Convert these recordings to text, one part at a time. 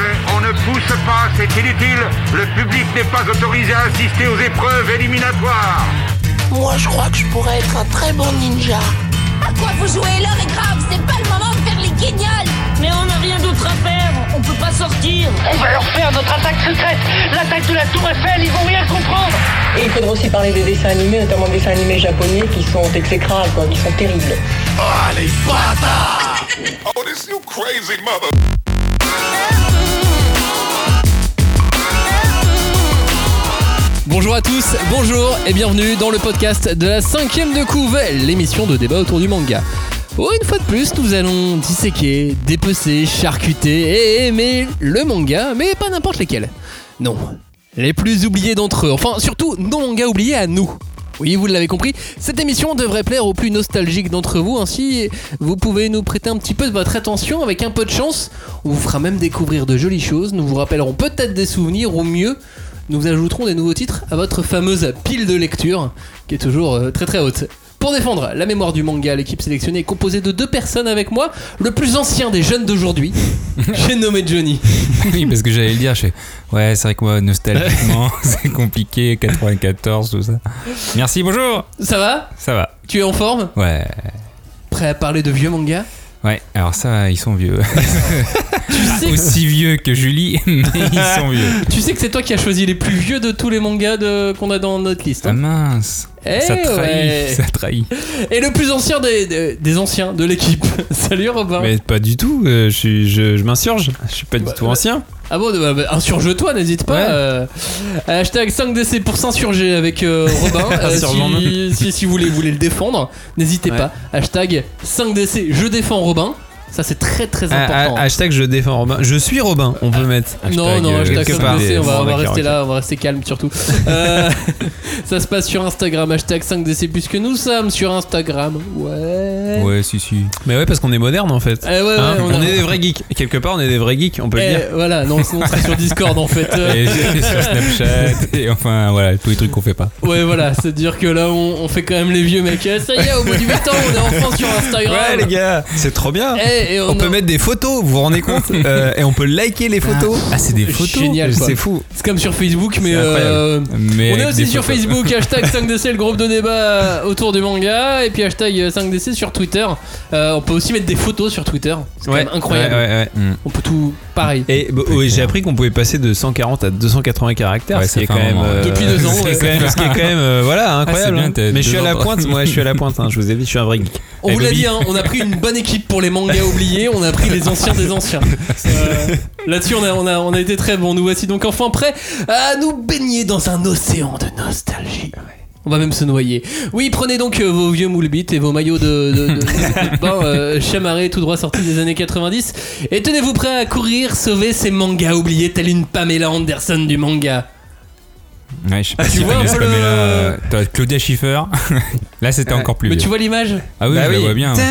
fait, on ne pousse pas, c'est inutile. Le public n'est pas autorisé à assister aux épreuves éliminatoires. Moi, je crois que je pourrais être un très bon ninja. À quoi vous jouez? L'heure est grave, c'est pas le moment de faire les guignols. Mais on n'a rien d'autre à faire, on peut pas sortir. On va leur faire notre attaque secrète, l'attaque de la Tour Eiffel, ils vont rien comprendre. Et il faudra aussi parler des dessins animés, notamment des dessins animés japonais qui sont exécrables, quoi, qui sont terribles. Oh, les bâtards! Oh, this you crazy mother... Bonjour à tous, bonjour et bienvenue dans le podcast de la 5e de couve, l'émission de débat autour du manga. Une fois de plus, nous allons disséquer, dépecer, charcuter et aimer le manga, mais pas n'importe lesquels. Non, les plus oubliés d'entre eux, enfin surtout nos mangas oubliés à nous. Oui, vous l'avez compris, cette émission devrait plaire aux plus nostalgiques d'entre vous, ainsi vous pouvez nous prêter un petit peu de votre attention. Avec un peu de chance, on vous fera même découvrir de jolies choses, nous vous rappellerons peut-être des souvenirs, ou mieux, nous ajouterons des nouveaux titres à votre fameuse pile de lecture, qui est toujours très très haute. Pour défendre la mémoire du manga, l'équipe sélectionnée est composée de 2 personnes avec moi. Le plus ancien des jeunes d'aujourd'hui, j'ai nommé Johnny. Oui, parce que j'allais le dire, ouais, c'est vrai que moi, nostalgiquement, c'est compliqué, 94, tout ça. Merci, bonjour. Ça va ? Ça va. Tu es en forme ? Ouais. Prêt à parler de vieux mangas ? Ouais, alors ça, ils sont vieux. Tu sais aussi vieux que Julie, mais ils sont vieux. Tu sais que c'est toi qui as choisi les plus vieux de tous les mangas qu'on a dans notre liste. Ah mince. Ça trahit. Et le plus ancien des anciens de l'équipe. Salut Robin. Mais pas du tout, je m'insurge. Je suis pas du tout ancien. Ah bon, insurge-toi, n'hésite pas. Ouais. Hashtag 5DC pour s'insurger avec Robin. Si vous voulez le défendre, n'hésitez pas. Hashtag 5DC, je défends Robin. Ça c'est très très important. Hashtag je défends Robin. Je suis Robin, on peut mettre. Non, hashtag 5DC, on va rester là, on va rester calme surtout. Ça se passe sur Instagram, hashtag 5DC, puisque nous sommes sur Instagram. Ouais, si. Mais ouais, parce qu'on est moderne en fait. On est des vrais geeks. Quelque part, on est des vrais geeks, on peut le dire. Voilà, non, sinon on serait sur Discord en fait. Et sur Snapchat, et enfin voilà, tous les trucs qu'on fait pas. Ouais, voilà, c'est-à-dire que là on fait quand même les vieux mecs. Ça y est, au bout du 8 ans, on est enfin sur Instagram. Ouais, les gars, c'est trop bien. On peut mettre des photos, vous vous rendez compte et on peut liker les photos. C'est des photos. Génial, c'est fou. C'est comme sur Facebook, mais on est aussi sur Facebook. Hashtag 5DC, le groupe de débat autour du manga, et puis hashtag 5DC sur Twitter. On peut aussi mettre des photos sur Twitter. C'est quand même incroyable. Ouais. On peut tout pareil. Et j'ai appris qu'on pouvait passer de 140 à 280 caractères. Ouais, ce qui est quand même depuis 2 ans. Ce qui est quand même voilà, incroyable. Bien, mais je suis à la pointe. Moi, je suis à la pointe. Je vous ai dit, je suis un vrai geek. On vous l'a dit, on a pris une bonne équipe pour les mangas oubliés. On a pris les anciens des anciens. Là-dessus, on a été très bons. Nous voici donc enfin prêts à nous baigner dans un océan de nostalgie. On va même se noyer. Oui, prenez donc vos vieux moules bites et vos maillots de bain chamarrés tout droit sortis des années 90 et tenez-vous prêts à courir sauver ces mangas oubliés telle une Pamela Anderson du manga. Ouais, je sais pas si tu vois Pamela. T'as Claudia Schiffer. Là, c'était encore plus. Mais vieux. tu vois l'image ? Ah oui, je la vois bien.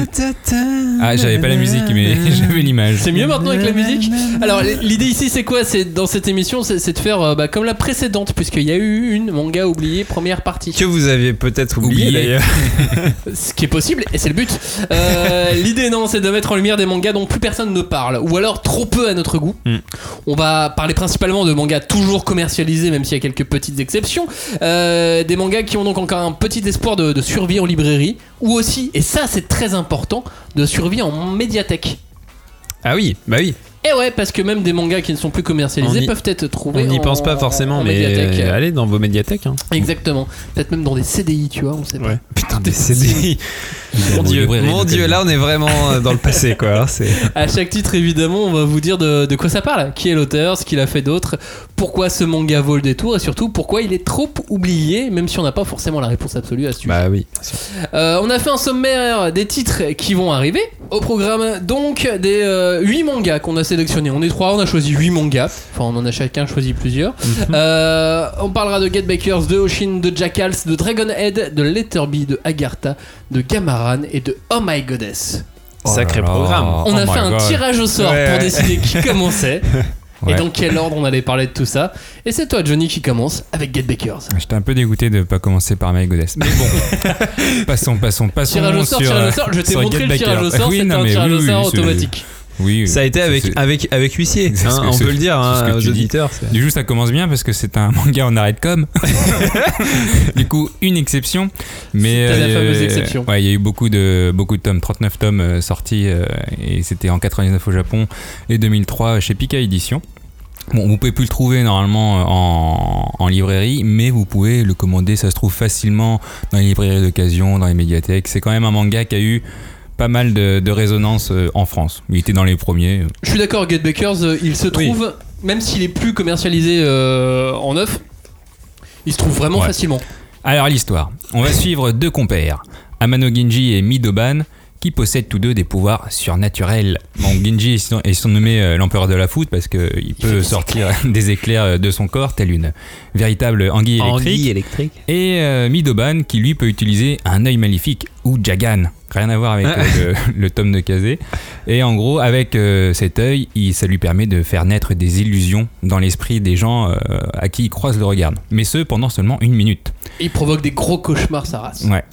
J'avais pas la musique, mais j'avais l'image. C'est mieux maintenant avec la musique. Alors, l'idée ici, c'est quoi ? C'est dans cette émission, c'est de faire comme la précédente, puisqu'il y a eu une manga oubliée première partie. Que vous avez peut-être oublié d'ailleurs. Ce qui est possible, et c'est le but. L'idée, c'est de mettre en lumière des mangas dont plus personne ne parle, ou alors trop peu à notre goût. On va parler principalement de mangas toujours commercialisés, même s'il y a quelques petites exceptions. Des mangas qui ont donc encore un petit espoir de survie en librairie, ou aussi, et ça c'est très important, de survie en médiathèque. Ah oui, bah oui. Et ouais, parce que même des mangas qui ne sont plus commercialisés peuvent être trouvés. On n'y pense pas forcément, mais allez dans vos médiathèques. Exactement. Peut-être même dans des CDI, tu vois, on sait pas. Ouais. Putain, des CDI. Mon Dieu, là on est vraiment dans le passé, quoi. À chaque titre, évidemment, on va vous dire de quoi ça parle, qui est l'auteur, ce qu'il a fait d'autre, pourquoi ce manga vaut le détour et surtout pourquoi il est trop oublié, même si on n'a pas forcément la réponse absolue à ce sujet. Bah oui. On a fait un sommaire des titres qui vont arriver au programme, donc des 8 mangas qu'on a sélectionnés. On est 3, on a choisi 8 mangas, enfin on en a chacun choisi plusieurs. On parlera de Get Bakers, de Oshin, de Jackals, de Dragonhead, de Letterby, de Agartha, de Gamaran et de Oh My Goddess. Sacré programme. On a fait un tirage au sort pour décider qui commençait. Et dans quel ordre on allait parler de tout ça. Et c'est toi, Johnny, qui commence avec Get Bakers. J'étais un peu dégoûté de ne pas commencer par My Goddess. Mais bon, passons. Tirage au sort. Je t'ai montré le tirage au sort, c'était un tirage au sort automatique. Oui, ça a été avec huissier, on peut le dire aux auditeurs. Du coup, ça commence bien parce que c'est un manga en arrêt de com. Du coup, une exception. Mais c'était la fameuse exception. Ouais, il y a eu beaucoup de tomes, 39 tomes sortis, et c'était en 99 au Japon et 2003 chez Pika Édition. Bon, vous pouvez plus le trouver normalement en librairie, mais vous pouvez le commander, ça se trouve facilement dans les librairies d'occasion, dans les médiathèques. C'est quand même un manga qui a eu pas mal de résonance en France. Il était dans les premiers. Je suis d'accord, Get Bakers, il se trouve, même s'il est plus commercialisé en neuf, il se trouve vraiment facilement. Alors l'histoire, on va suivre deux compères, Amano Ginji et Midoban, qui possèdent tous deux des pouvoirs surnaturels. Bon, Ginji est surnommé l'empereur de la foudre parce qu'il peut sortir des éclairs de son corps, telle une véritable anguille électrique. Et Midoban, qui lui peut utiliser un œil maléfique, ou Jagan. Rien à voir avec le tome de Kazé. Et en gros, avec cet œil, ça lui permet de faire naître des illusions dans l'esprit des gens à qui il croise le regard. Mais ce, pendant seulement 1 minute. Il provoque des gros cauchemars, sa race. Ouais.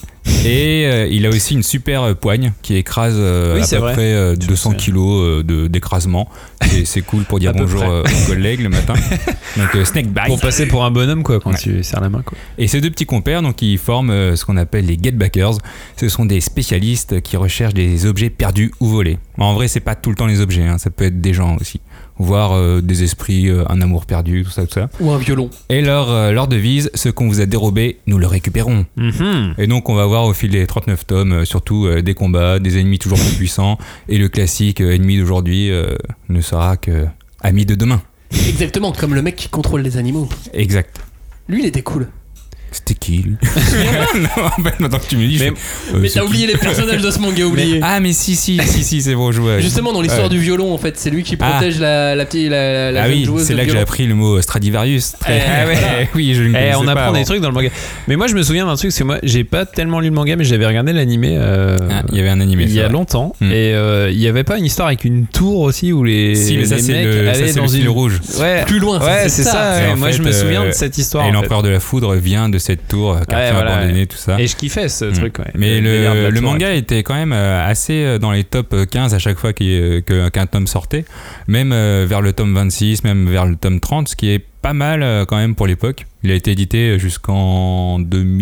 Et il a aussi une super poigne qui écrase à peu près 200 kilos d'écrasement. Et c'est cool pour dire bonjour aux collègues le matin. Donc Snake Bite. Pour passer pour un bonhomme quoi, quand tu serres la main. Quoi. Et ces deux petits compères, donc, ils forment ce qu'on appelle les Get Backers. Ce sont des spécialistes qui recherchent des objets perdus ou volés. En vrai, c'est pas tout le temps les objets, ça peut être des gens aussi. Voire des esprits, un amour perdu, tout ça. Ou un violon. Et leur devise, ce qu'on vous a dérobé, nous le récupérons. Mm-hmm. Et donc on va voir au fil des 39 tomes, surtout des combats, des ennemis toujours plus puissants, et le classique ennemi d'aujourd'hui ne sera que ami de demain. Exactement, comme le mec qui contrôle les animaux. Exact. Lui, il était cool. C'était qui lui? Non, en fait, maintenant que tu me dis. Mais t'as oublié les personnages de ce manga oublié. Ah, mais si, c'est bon, je vois. Justement, dans l'histoire du violon, en fait, c'est lui qui protège la jeune joueuse. C'est là que j'ai appris le mot Stradivarius. Oui, je le connaissais pas. On apprend des trucs dans le manga. Mais moi, je me souviens d'un truc, c'est que moi, j'ai pas tellement lu le manga, mais j'avais regardé l'animé. Il y avait un animé. Il y a longtemps. Et il y avait pas une histoire avec une tour aussi où les. Si, mais ça, c'est le fil rouge. Plus loin. Ouais, c'est ça. Moi, je me souviens de cette histoire. Et l'empereur de la foudre vient de cette tour, quartier abandonné, tout ça. Et je kiffais ce truc. Ouais. Mais le manga était quand même assez dans les top 15 à chaque fois qu'un tome sortait, même vers le tome 26, même vers le tome 30, ce qui est pas mal quand même pour l'époque. Il a été édité jusqu'en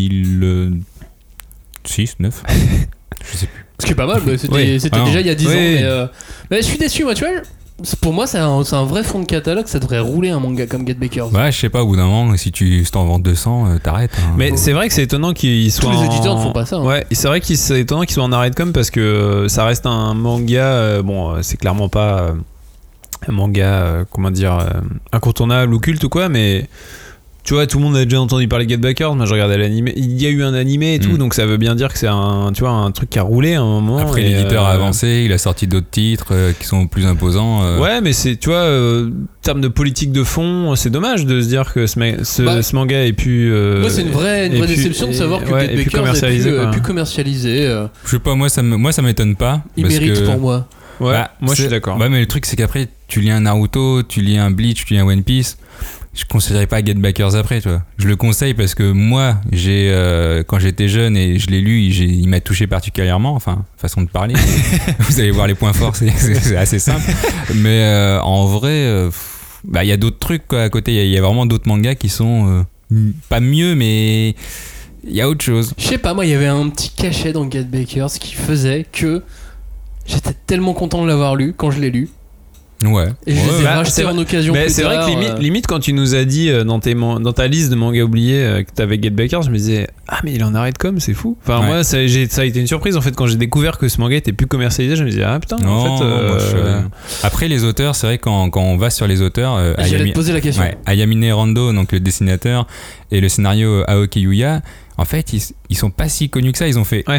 2006, 9. Je sais plus. Ce qui est pas mal, c'était déjà il y a 10 ans. Mais je suis déçu, moi, tu vois. Pour moi, c'est un vrai fond de catalogue. Ça devrait rouler un manga comme Get Bakers. Ouais, je sais pas, au bout d'un moment, si t'en vends 200, t'arrêtes. Mais c'est vrai que c'est étonnant qu'ils soient. Tous les éditeurs ne font pas ça. Ouais, c'est vrai que c'est étonnant qu'ils soient en arrêt de com parce que ça reste un manga. C'est clairement pas un manga, incontournable ou culte ou quoi, mais. Tu vois, tout le monde a déjà entendu parler de Get Backers. Moi, je regardais l'animé. Il y a eu un animé et tout, donc ça veut bien dire que c'est un truc qui a roulé à un moment. Après, l'éditeur a avancé, il a sorti d'autres titres qui sont plus imposants. Ouais, mais c'est, tu vois, en termes de politique de fond, c'est dommage de se dire que ce manga est plus. Moi, c'est une vraie déception de savoir que Get Backers est plus commercialisé. Je sais pas, moi, ça m'étonne pas. Il mérite pour moi. Ouais, moi, je suis d'accord. Ouais, mais le truc, c'est qu'après, tu lis un Naruto, tu lis un Bleach, tu lis un One Piece. Je conseillerais pas Get Backers après, tu vois. Je le conseille parce que moi, quand j'étais jeune et je l'ai lu, il m'a touché particulièrement, enfin, façon de parler. Vous allez voir les points forts, c'est assez simple. Mais en vrai, il y a d'autres trucs quoi, à côté. Il y a vraiment d'autres mangas qui sont pas mieux, mais il y a autre chose. Je sais pas, moi, il y avait un petit cachet dans Get Backers qui faisait que j'étais tellement content de l'avoir lu quand je l'ai lu. Ouais. Et je les ai rachetés en occasion. Mais c'est vrai que limite quand tu nous as dit dans ta liste de mangas oubliés que t'avais Get Backers, je me disais mais il en arrête comme c'est fou. Enfin moi ça a été une surprise en fait quand j'ai découvert que ce manga était plus commercialisé. Je me disais putain non, en fait. Après les auteurs, c'est vrai quand on va sur les auteurs, j'allais te poser la question. Ayamine Rando, donc le dessinateur, et le scénario Aoki Yuya. En fait, ils sont pas si connus que ça. Ils ont fait.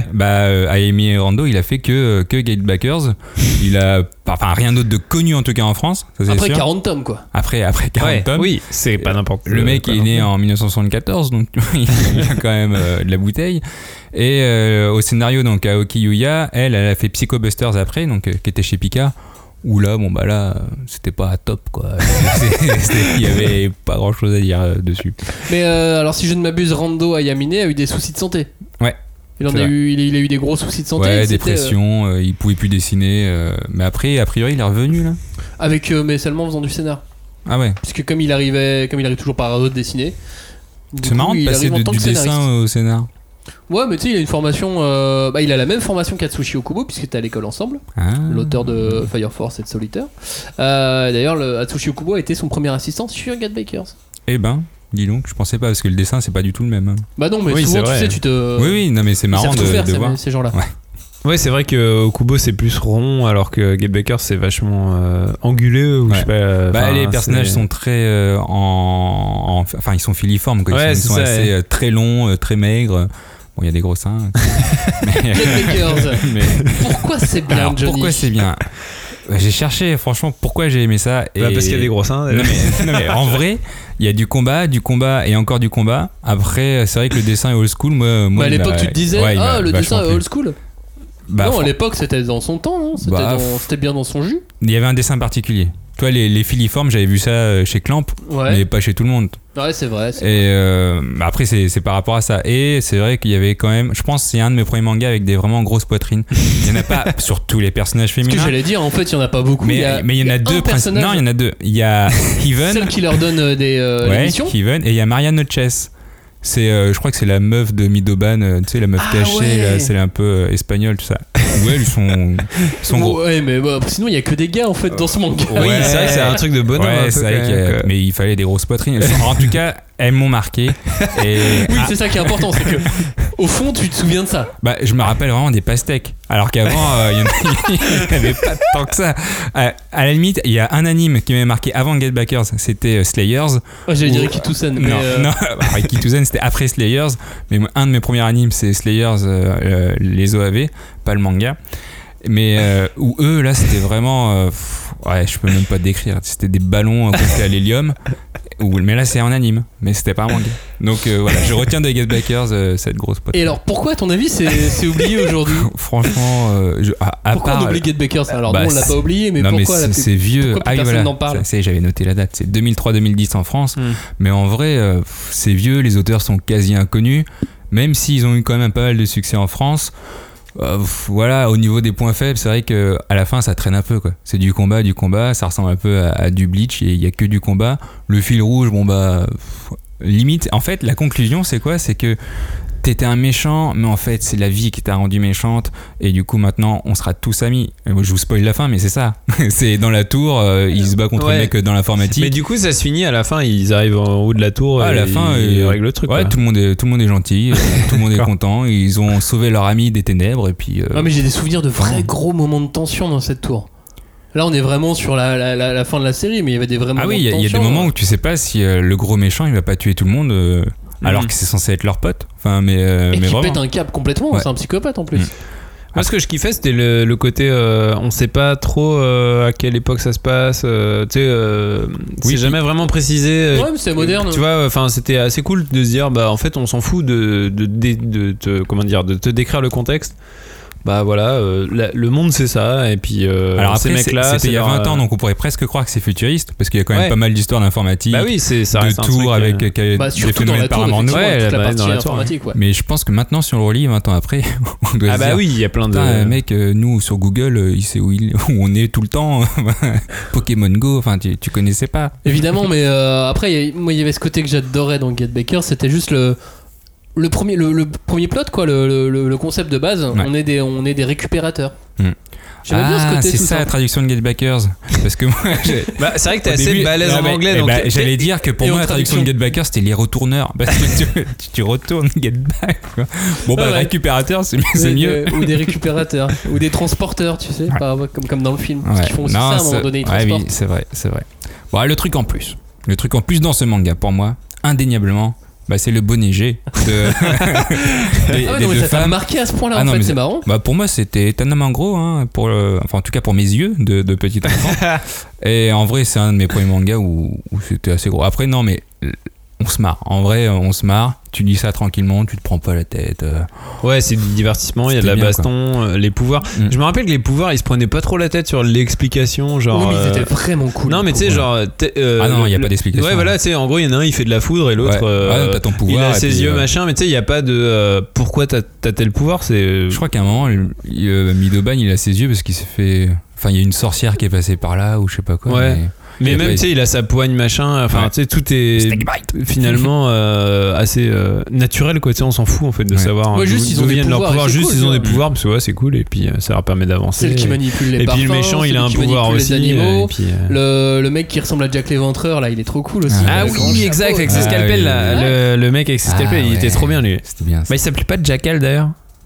Ayami Rando, il a fait que Get Backers. Il a. Enfin, rien d'autre de connu en tout cas en France. Ça, après sûr. 40 tomes, quoi. Après 40 tomes. Oui, c'est pas n'importe quoi. Le mec est né en 1974, donc il a quand même de la bouteille. Et au scénario, donc Aoki Yuya, elle a fait Psycho Busters après, donc qui était chez Pika. Où là, c'était pas top quoi. Il y avait pas grand chose à dire dessus. Mais alors, si je ne m'abuse, Rando Ayamine a eu des soucis de santé. Ouais. Il a eu des gros soucis de santé. Ouais, dépression, il pouvait plus dessiner. Mais après, a priori, il est revenu là. Mais seulement en faisant du scénar. Ah ouais. Parce que comme il arrive toujours par dessiner. C'est marrant de passer du dessin au scénar. Ouais, mais tu sais, il a une formation. Il a la même formation qu'Atsushi Okubo, puisque t'es à l'école ensemble. L'auteur de Fire Force et de Solitaire. D'ailleurs, Atsushi Okubo a été son premier assistant sur Get Bakers. Eh ben. Dis donc, je pensais pas parce que le dessin c'est pas du tout le même. Bah non, mais souvent tu sais, tu te. Oui, non, mais c'est marrant de voir ces gens-là. Ouais, c'est vrai que Okubo c'est plus rond alors que Get Bakers c'est vachement anguleux ou je sais pas. Les personnages sont très enfin ils sont filiformes quoi. Ils sont assez très longs, très maigres. Bon, il y a des gros seins. Get Bakers. Pourquoi c'est bien, alors, Johnny? Pourquoi c'est bien? J'ai cherché franchement pourquoi j'ai aimé ça et parce qu'il y a des gros seins. Non mais en vrai il y a du combat et encore du combat. Après c'est vrai que le dessin est old school. Moi à l'époque tu te disais le dessin est old school. Non, à l'époque c'était dans son temps, non c'était bien dans son jus. Il y avait un dessin particulier. Toi les filiformes j'avais vu ça chez Clamp, mais pas chez tout le monde. Ouais, c'est vrai. Et après c'est par rapport à ça. Et c'est vrai qu'il y avait quand même, je pense que c'est un de mes premiers mangas avec des vraiment grosses poitrines. Il n'y en a pas sur tous les personnages féminins. Ce que j'allais dire, en fait il n'y en a pas beaucoup. Mais il y en a deux personnages. Non, il y en a deux. Il y a Heaven, celle qui leur donne des missions. Heaven, et il y a Marianne Chess. Je crois que c'est la meuf de Midoban, tu sais, la meuf cachée, là, c'est un peu espagnole, tout ça. Ouais, ils sont gros. Ouais, mais sinon, il y a que des gars en fait dans ce manga. Oui, c'est vrai que c'est un truc de bonhomme. Ouais, c'est vrai mais il fallait des grosses poitrines. En tout cas, elles m'ont marqué. Oui, c'est ça qui est important, c'est que au fond, tu te souviens de ça. Bah, je me rappelle vraiment des pastèques. Alors qu'avant, il n'y avait pas tant que ça. À la limite, il y a un anime qui m'avait marqué avant Get Bakers, c'était Slayers. J'allais dire Ikitusen. Non, Ikitusen c'était après Slayers. Mais un de mes premiers animes, c'est Slayers, les OAV, pas le manga. Mais où eux, là, c'était vraiment. Je peux même pas te décrire. C'était des ballons gonflés à l'hélium. Mais là, c'est en anime. Mais c'était pas un manga. Donc voilà, je retiens de Get Bakers cette grosse pote. Et alors, pourquoi, à ton avis, c'est oublié aujourd'hui? Franchement, pourquoi on oublie Get Bakers? Alors, nous, on l'a pas oublié, mais pourquoi c'est vieux. Pourquoi personne n'en parle? J'avais noté la date. C'est 2003-2010 en France. Mais en vrai, c'est vieux. Les auteurs sont quasi inconnus. Même s'ils ont eu quand même pas mal de succès en France. Voilà, au niveau des points faibles, c'est vrai que à la fin ça traîne un peu quoi. C'est du combat, ça ressemble un peu à du Bleach et il y a que du combat. Le fil rouge, limite. En fait, la conclusion c'est quoi? C'est que t'étais un méchant, mais en fait c'est la vie qui t'a rendu méchante et du coup maintenant on sera tous amis. Je vous spoil la fin, mais c'est ça. C'est dans la tour, il se bat contre le mec dans l'informatique. Mais du coup ça se finit à la fin, ils arrivent en haut de la tour à la fin ils règlent le truc. Ouais, tout le monde est gentil, tout le monde est content, ils ont sauvé leur ami des ténèbres et puis. Non mais j'ai des souvenirs de vrais gros moments de tension dans cette tour. Là, on est vraiment sur la fin de la série, mais il y avait des vrais moments de tension. Ah oui, il y a des moments où tu sais pas si le gros méchant il va pas tuer tout le monde. Alors que c'est censé être leur pote. Enfin, mais qui vraiment. pète un câble complètement, c'est un psychopathe en plus. Moi, ce que je kiffais, c'était le côté on sait pas trop à quelle époque ça se passe. Tu sais, c'est jamais vraiment précisé. Ouais, mais c'est moderne. Tu vois, enfin, c'était assez cool de se dire, en fait, on s'en fout de te décrire le contexte. Bah voilà, le monde c'est ça, et puis alors après, ces mecs-là, c'était il y a 20 ans, donc on pourrait presque croire que c'est futuriste, parce qu'il y a quand même pas mal d'histoires d'informatique. Bah oui, ça reste de tours avec des phénomènes paranormaux. Dans la informatique, ouais. Mais je pense que maintenant, si on le relit 20 ans après, on doit se dire, oui, il y a plein de. Mec, nous sur Google, il sait où on est tout le temps. Pokémon Go, enfin, tu connaissais pas. Évidemment, mais après, moi, il y avait ce côté que j'adorais dans Get Bakers, c'était juste le premier plot quoi, le concept de base. On est des récupérateurs. J'aimais bien ce côté. C'est ça la traduction de Get Bakers. Parce que moi c'est vrai que t'es assez balèze en anglais, donc j'allais dire que pour moi la traduction de Get Bakers c'était les retourneurs, parce que tu retournes Get Back quoi. Récupérateurs c'est mieux. Ou des récupérateurs ou des transporteurs, tu sais, comme dans le film, parce qu'ils font aussi ça à un moment donné, ils transportent. Oui, c'est vrai. Bon, le truc en plus dans ce manga pour moi indéniablement, c'est le bonnet G de mais ça t'a marqué à ce point-là, en fait, c'est marrant. Pour moi, c'était étonnamment gros, en tout cas pour mes yeux de petit enfant. Et en vrai, c'est un de mes premiers mangas où c'était assez gros. Après, non, mais on se marre. En vrai, on se marre. Tu dis ça tranquillement, tu te prends pas la tête. Ouais, c'est du divertissement, il y a de la baston, les pouvoirs. Je me rappelle que les pouvoirs, ils se prenaient pas trop la tête sur l'explication, genre. Oui, mais ils étaient vraiment cool. Non, mais tu sais, genre. Ah non, il y a pas d'explication. Ouais, voilà, tu sais, en gros, il y en a un, il fait de la foudre et l'autre. T'as ton pouvoir. Il a ses yeux, machin, mais tu sais, il y a pas de. Pourquoi t'as tel pouvoir, c'est. Je crois qu'à un moment, Midoban, il a ses yeux parce qu'il s'est fait. Enfin, il y a une sorcière qui est passée par là ou je sais pas quoi. Ouais. Mais même, tu sais, il a sa poigne, machin. Enfin, tu sais, tout est finalement assez naturel, quoi. Tu sais, on s'en fout, en fait, de savoir d'où viennent leurs pouvoirs. Juste, ils ont des pouvoirs, parce que ouais, c'est cool. Et puis, ça leur permet d'avancer. Celle qui manipule les parfums. Et puis, le méchant, il a un pouvoir aussi. Et puis, le mec qui ressemble à Jack l'Éventreur, là, il est trop cool aussi. Ah oui, exact, avec ses scalpels, là. Le mec avec ses scalpels, il était trop bien, lui. C'était bien. Bah, il s'appelait pas Jackal, d'ailleurs.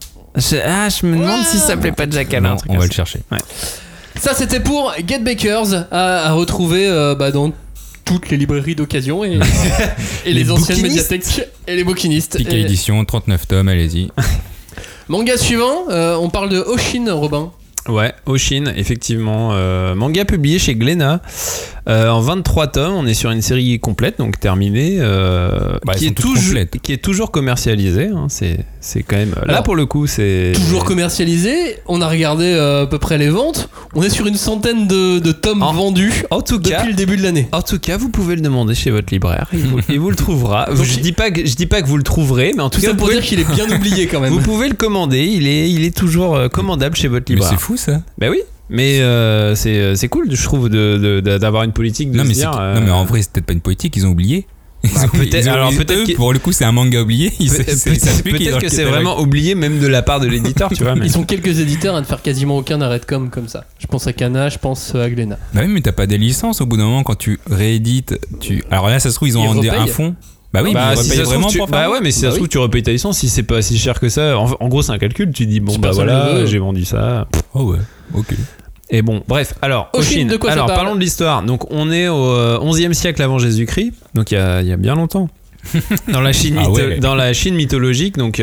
Je me demande si ça s'appelait pas Jackal. On va le chercher. Ça, c'était pour Get Bakers, à retrouver dans toutes les librairies d'occasion et les anciennes médiathèques et les bouquinistes. Pika édition, 39 tomes, allez-y. Manga suivant, on parle de Oshin, Robin. Ouais, Oshin, effectivement. Manga publié chez Glénat en 23 tomes. On est sur une série complète, donc terminée, qui est toujours commercialisée. Hein, c'est quand même. Là, pour le coup, c'est. Toujours commercialisé. On a regardé à peu près les ventes. On est sur une centaine de tomes vendus depuis le début de l'année. En tout cas, vous pouvez le demander chez votre libraire et vous le trouvera. Je dis pas que vous le trouverez, mais en tout cas. Ça pour dire qu'il est bien oublié quand même. Vous pouvez le commander. Il est toujours commandable chez votre libraire. Mais c'est fou ça. Bah oui. Mais c'est cool, je trouve, d'avoir une politique de non, mais se dire. Non, mais en vrai, c'est peut-être pas une politique, ils ont oublié. Peut-être que pour le coup, c'est un manga oublié. Peut-être que c'est vraiment oublié, même de la part de l'éditeur, tu vois. Ils sont quelques éditeurs à ne faire quasiment aucun arrêt de com comme ça. Je pense à Kana, je pense à Glénat. Bah oui, mais t'as pas des licences au bout d'un moment quand tu réédites. Alors là, ça se trouve, ils ont un fonds. Bah oui, mais si vraiment pour bah ouais, mais si ça se trouve, tu repayes ta licence si c'est pas si cher que ça. En gros, c'est un calcul. Tu dis, bon, bah voilà, j'ai vendu ça. Oh ouais, ok. Et bon, bref, alors, Oshin, alors parlons de l'histoire. Donc, on est au 11e siècle avant Jésus-Christ, donc il y a bien longtemps. Dans la Chine, dans la Chine mythologique, donc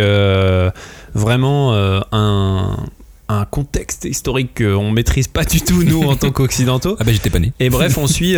vraiment un contexte historique qu'on maîtrise pas du tout, nous, en tant qu'occidentaux. Ah bah j'étais pas né. Et bref, on suit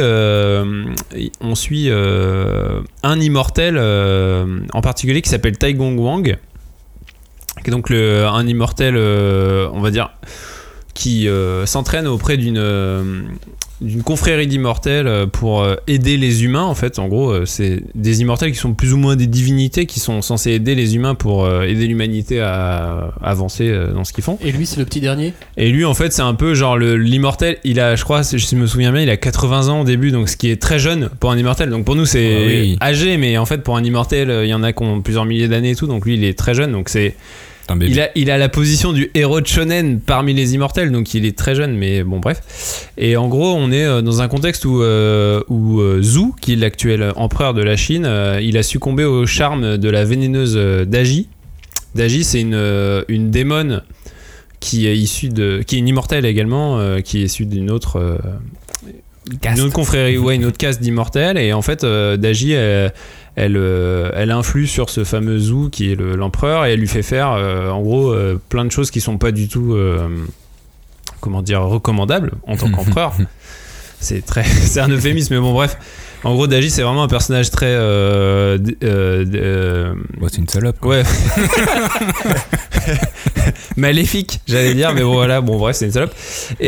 un immortel en particulier qui s'appelle Tai Gong Wang, qui est donc un immortel, on va dire, qui s'entraîne auprès d'une confrérie d'immortels pour aider les humains. En fait, en gros, c'est des immortels qui sont plus ou moins des divinités qui sont censés aider les humains pour aider l'humanité à avancer dans ce qu'ils font. Et lui, c'est le petit dernier. Et lui, en fait, c'est un peu genre l'immortel. Il a, je crois, si je me souviens bien, il a 80 ans au début, donc ce qui est très jeune pour un immortel. Donc pour nous, c'est âgé, mais en fait, pour un immortel, il y en a qui ont plusieurs milliers d'années et tout. Donc lui, il est très jeune, donc c'est. Il a la position du héros de shonen parmi les immortels, donc il est très jeune, mais bon, bref. Et en gros, on est dans un contexte où Zhu, qui est l'actuel empereur de la Chine, il a succombé au charme de la vénéneuse Daji. Daji, c'est une démone qui est qui est une immortelle également, qui est issue d'une autre confrérie, une autre caste d'immortels. Et en fait, Daji, elle influe sur ce fameux Zhu qui est l'empereur, et elle lui fait faire en gros plein de choses qui sont pas du tout recommandables en tant qu'empereur. C'est un euphémisme, mais bon, bref. En gros, Daji, c'est vraiment un personnage très c'est une salope, quoi. Ouais. Maléfique, j'allais dire, mais bon, voilà, bon, bref, c'est une salope.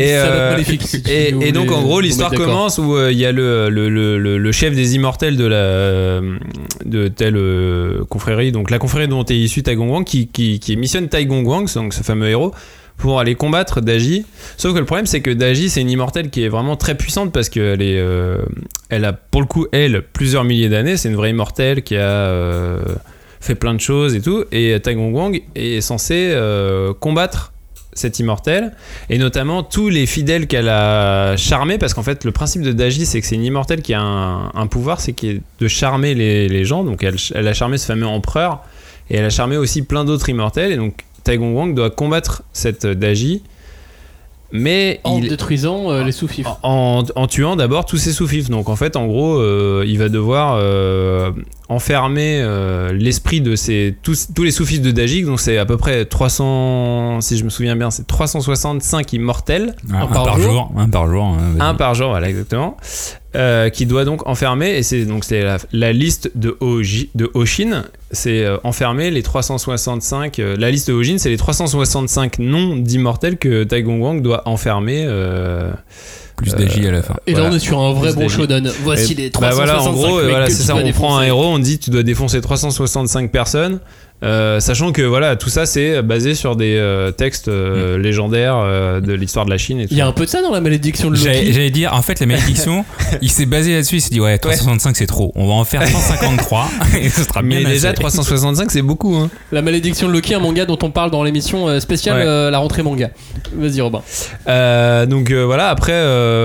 Et donc, en gros, l'histoire commence où il y a le chef des immortels de telle confrérie, donc la confrérie dont est issu Tai Gong Wang, qui missionne Tai Gong Wang, donc ce fameux héros, pour aller combattre Daji. Sauf que le problème, c'est que Daji, c'est une immortelle qui est vraiment très puissante parce qu'elle elle a, pour le coup, plusieurs milliers d'années. C'est une vraie immortelle qui a fait plein de choses et tout. Et Tai Gong Wang est censé combattre cette immortelle, et notamment tous les fidèles qu'elle a charmés, parce qu'en fait, le principe de Daji, c'est que c'est une immortelle qui a un pouvoir, c'est de charmer les gens. Donc, elle a charmé ce fameux empereur, et elle a charmé aussi plein d'autres immortels. Et donc, Tai Gong Wang doit combattre cette Daji, mais en détruisant les sous-fifs, en tuant d'abord tous ses sous-fifs. Donc en fait, en gros, il va devoir enfermer l'esprit de tous les sous-fils de Dajik. Donc c'est à peu près 300, si je me souviens bien, c'est 365 immortels. Un par jour. Un par jour, voilà, exactement. Qui doit donc enfermer, et c'est la liste de Oshin, c'est enfermer les 365. La liste de Oshin, c'est les 365 noms d'immortels que Tai Gong Wang doit enfermer. Plus d'Agi à la fin. Et là, on est sur un vrai bon shonen. Voici les 365. Voilà, en gros, c'est ça. On prend un héros, on dit tu dois défoncer 365 personnes. Sachant que voilà, tout ça c'est basé sur des textes légendaires de l'histoire de la Chine. Il y a un peu de ça dans la malédiction de Loki. J'allais dire, en fait, la malédiction, il s'est basé là-dessus. Il s'est dit, ouais, 365 c'est trop. On va en faire 153 et ce sera bien. Mais déjà 365 c'est beaucoup. Hein. La malédiction de Loki, un manga dont on parle dans l'émission spéciale la rentrée manga. Vas-y Robin. Donc voilà, après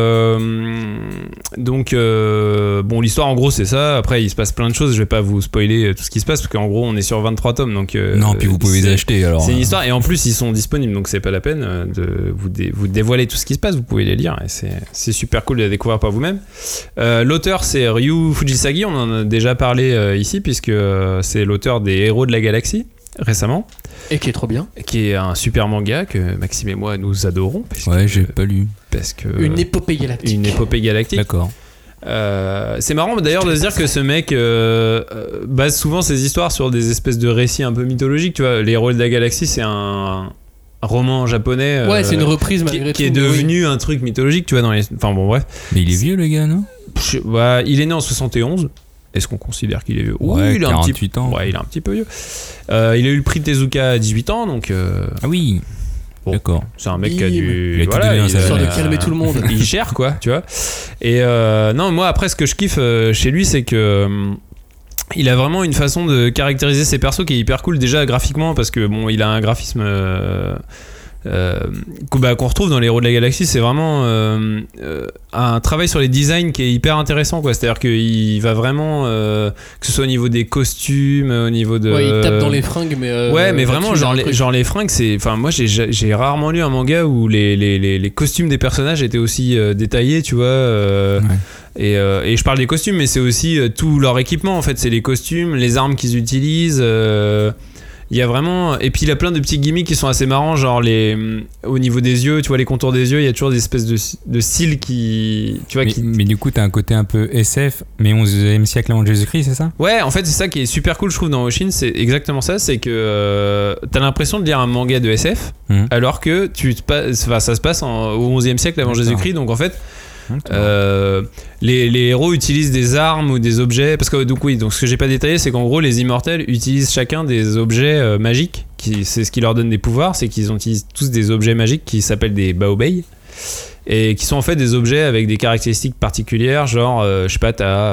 bon, l'histoire en gros c'est ça. Après il se passe plein de choses. Je vais pas vous spoiler tout ce qui se passe parce qu'en gros on est sur 23 tomes. Donc, non, puis vous pouvez les acheter alors. C'est une histoire, et en plus ils sont disponibles, donc c'est pas la peine de vous dévoiler tout ce qui se passe. Vous pouvez les lire, et c'est super cool de la découvrir par vous-même. L'auteur c'est Ryu Fujisagi, on en a déjà parlé ici, puisque c'est l'auteur des Héros de la Galaxie récemment. Et qui est trop bien. Qui est un super manga que Maxime et moi nous adorons. Ouais, j'ai pas lu. Parce que, une épopée galactique. D'accord. C'est marrant d'ailleurs de se dire que ce mec base souvent ses histoires sur des espèces de récits un peu mythologiques. Tu vois, Les Héros de la Galaxie, c'est un roman japonais. Ouais, c'est une reprise malgré tout. Qui est devenu un truc mythologique, tu vois, dans les. Enfin bon, bref. Mais il est vieux le gars, non ? Il est né en 71. Est-ce qu'on considère qu'il est vieux ? Ouais, il a 48 ans. Ouais, il est un petit peu vieux. Il a eu le prix Tezuka à 18 ans, donc. Ah oui. Bon, d'accord. C'est un mec qui a dû. Il a histoire de calmer tout le monde. Il gère quoi, tu vois. Et non, moi après, ce que je kiffe chez lui, c'est que. Il a vraiment une façon de caractériser ses persos qui est hyper cool, déjà graphiquement, parce que bon, il a un graphisme. Qu'on retrouve dans les Héros de la Galaxie, c'est vraiment un travail sur les designs qui est hyper intéressant, quoi. C'est-à-dire qu'il va vraiment que ce soit au niveau des costumes, au niveau de. Ouais, il tape dans les fringues, mais. Ouais, mais vraiment, genre les fringues, c'est. Enfin, moi, j'ai rarement lu un manga où les costumes des personnages étaient aussi détaillés, tu vois. Et je parle des costumes, mais c'est aussi tout leur équipement, en fait. C'est les costumes, les armes qu'ils utilisent. Il y a vraiment, et puis il a plein de petits gimmicks qui sont assez marrants, genre au niveau des yeux, tu vois, les contours des yeux, il y a toujours des espèces de cils qui, tu vois, mais du coup t'as un côté un peu SF, mais 11e siècle avant Jésus-Christ, c'est ça ? Ouais, en fait c'est ça qui est super cool, je trouve, dans Oshin, c'est exactement ça, c'est que t'as l'impression de lire un manga de SF, alors que ça se passe au 11e siècle avant Jésus-Christ, donc en fait les héros utilisent des armes ou des objets, parce que donc ce que j'ai pas détaillé, c'est qu'en gros les immortels utilisent chacun des objets magiques, c'est ce qui leur donne des pouvoirs, c'est qu'ils utilisent tous des objets magiques qui s'appellent des baobei, et qui sont en fait des objets avec des caractéristiques particulières, genre je sais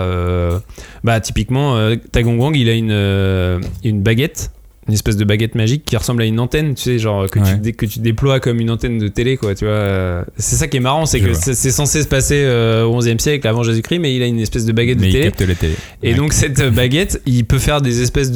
pas, typiquement Tai Gong Wang, il a une baguette, une espèce de baguette magique qui ressemble à une antenne, tu sais, genre que tu déploies comme une antenne de télé, quoi, tu vois. C'est ça qui est marrant, c'est que c'est censé se passer au 11e siècle avant Jésus-Christ, mais il a une espèce de baguette de télé. Il capte la télé. Et donc cette baguette, il peut faire des espèces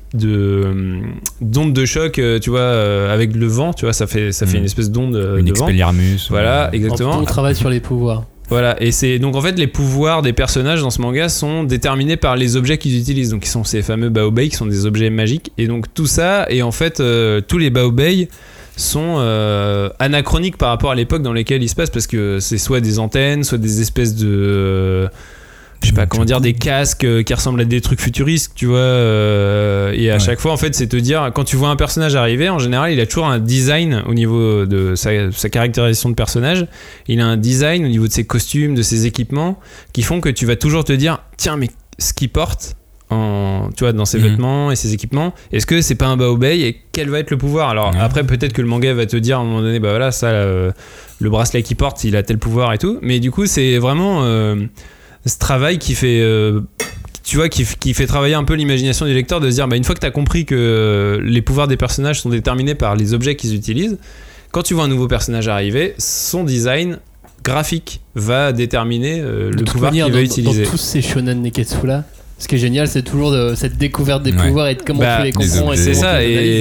d'ondes de choc, tu vois, avec le vent, tu vois, ça fait une espèce d'onde de vent. Expelliarmus. Voilà, exactement. On travaille sur les pouvoirs. Voilà, et c'est donc en fait les pouvoirs des personnages dans ce manga sont déterminés par les objets qu'ils utilisent, donc qui sont ces fameux baobei qui sont des objets magiques, et donc tout ça, et en fait tous les baobei sont anachroniques par rapport à l'époque dans laquelle ils se passent, parce que c'est soit des antennes, soit des espèces de je sais pas comment dire, des casques qui ressemblent à des trucs futuristes, tu vois, et à chaque fois en fait c'est te dire, quand tu vois un personnage arriver, en général il a toujours un design au niveau de sa caractérisation de personnage, il a un design au niveau de ses costumes, de ses équipements, qui font que tu vas toujours te dire, tiens, mais ce qu'il porte tu vois, dans ses vêtements et ses équipements, est-ce que c'est pas un baobei, et quel va être le pouvoir? Alors après peut-être que le manga va te dire à un moment donné, bah voilà, ça le bracelet qu'il porte il a tel pouvoir et tout, mais du coup c'est vraiment ce travail qui fait tu vois, qui fait travailler un peu l'imagination du lecteur, de se dire, bah, une fois que tu as compris que les pouvoirs des personnages sont déterminés par les objets qu'ils utilisent, quand tu vois un nouveau personnage arriver, son design graphique va déterminer le pouvoir qu'il va utiliser. Dans tous ces shonen neketsu là, ce qui est génial, c'est toujours cette découverte des pouvoirs et de comment tu les comprends. C'est ça,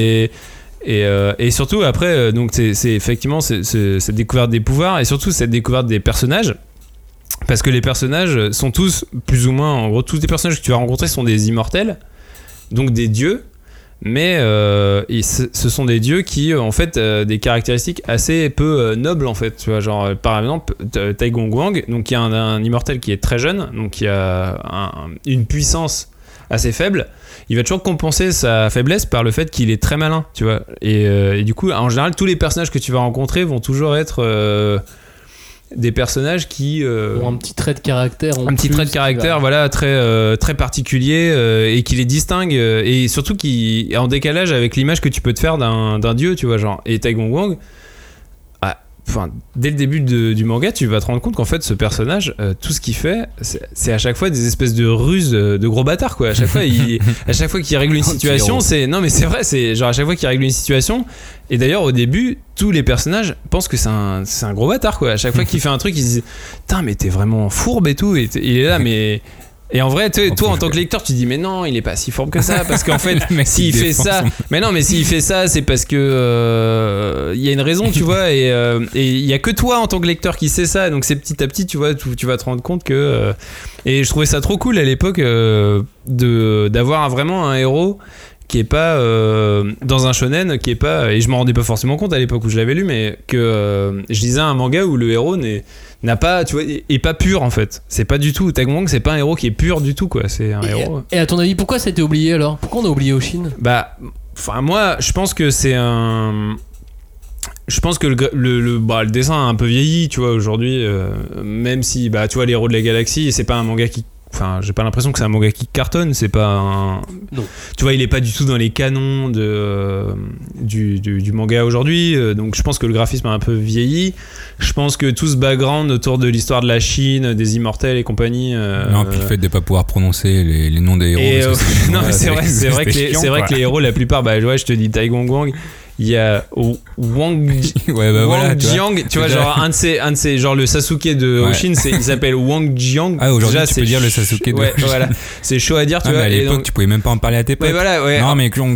et surtout après, donc c'est effectivement cette découverte des pouvoirs, et surtout cette découverte des personnages. parce que les personnages sont tous plus ou moins, en gros tous les personnages que tu vas rencontrer sont des immortels, donc des dieux, mais ce sont des dieux qui ont en fait des caractéristiques assez peu nobles en fait, tu vois, genre par exemple Tai Gong Wang, donc qui est un immortel qui est très jeune, donc qui a une puissance assez faible. Il va toujours compenser sa faiblesse par le fait qu'il est très malin, tu vois, et du coup en général tous les personnages que tu vas rencontrer vont toujours être des personnages qui ont un petit trait de caractère voilà, très particulier, et qui les distingue, et surtout qui est en décalage avec l'image que tu peux te faire d'un dieu, tu vois, genre. Et Tai Gong Wang, dès le début du manga, tu vas te rendre compte qu'en fait ce personnage, tout ce qu'il fait, c'est à chaque fois des espèces de ruses de gros bâtards, quoi. À chaque fois qu'il règle une situation, non mais c'est vrai, c'est genre à chaque fois qu'il règle une situation. Et d'ailleurs au début, tous les personnages pensent que c'est un gros bâtard, quoi. À chaque fois qu'il fait un truc, ils se disent putain mais t'es vraiment fourbe et tout, et il est là mais. Et en vrai, toi, en tant que lecteur, tu dis mais non, il est pas si fourbe que ça, parce qu'en fait, s'il fait ça, c'est parce que il y a une raison, tu vois, et il y a que toi en tant que lecteur qui sais ça, donc c'est petit à petit, tu vois, tu vas te rendre compte que et je trouvais ça trop cool à l'époque d'avoir vraiment un héros qui est pas dans un shonen, qui est pas, et je m'en rendais pas forcément compte à l'époque où je l'avais lu, mais que je lisais un manga où le héros n'a pas, tu vois, est pas pur en fait. C'est pas du tout. Tai Gong Wang, c'est pas un héros qui est pur du tout, quoi. C'est un héros. Et à ton avis, pourquoi ça a été oublié alors ? Pourquoi on a oublié Oshin ? Moi, je pense que c'est un. Je pense que le dessin a un peu vieilli, tu vois, aujourd'hui. Même si, tu vois, les héros de la galaxie, c'est pas un manga qui. Enfin, j'ai pas l'impression que c'est un manga qui cartonne, c'est pas un. Non. Tu vois, il est pas du tout dans les canons du manga aujourd'hui, donc je pense que le graphisme a un peu vieilli. Je pense que tout ce background autour de l'histoire de la Chine, des immortels et compagnie. Non, puis le fait de pas pouvoir prononcer les noms des héros. Non, mais c'est vrai que les héros, la plupart, je te dis Tai Gong Wang. Il y a Wang Jiang, tu vois, genre un de ces, genre le Sasuke de Oshin, il s'appelle Wang Jiang. Ah, aujourd'hui, déjà, tu peux dire le Sasuke de Oshin. Voilà. C'est chaud à dire, tu vois. Mais à l'époque, tu pouvais même pas en parler à tes potes. Ouais, voilà, ouais. Non, mais en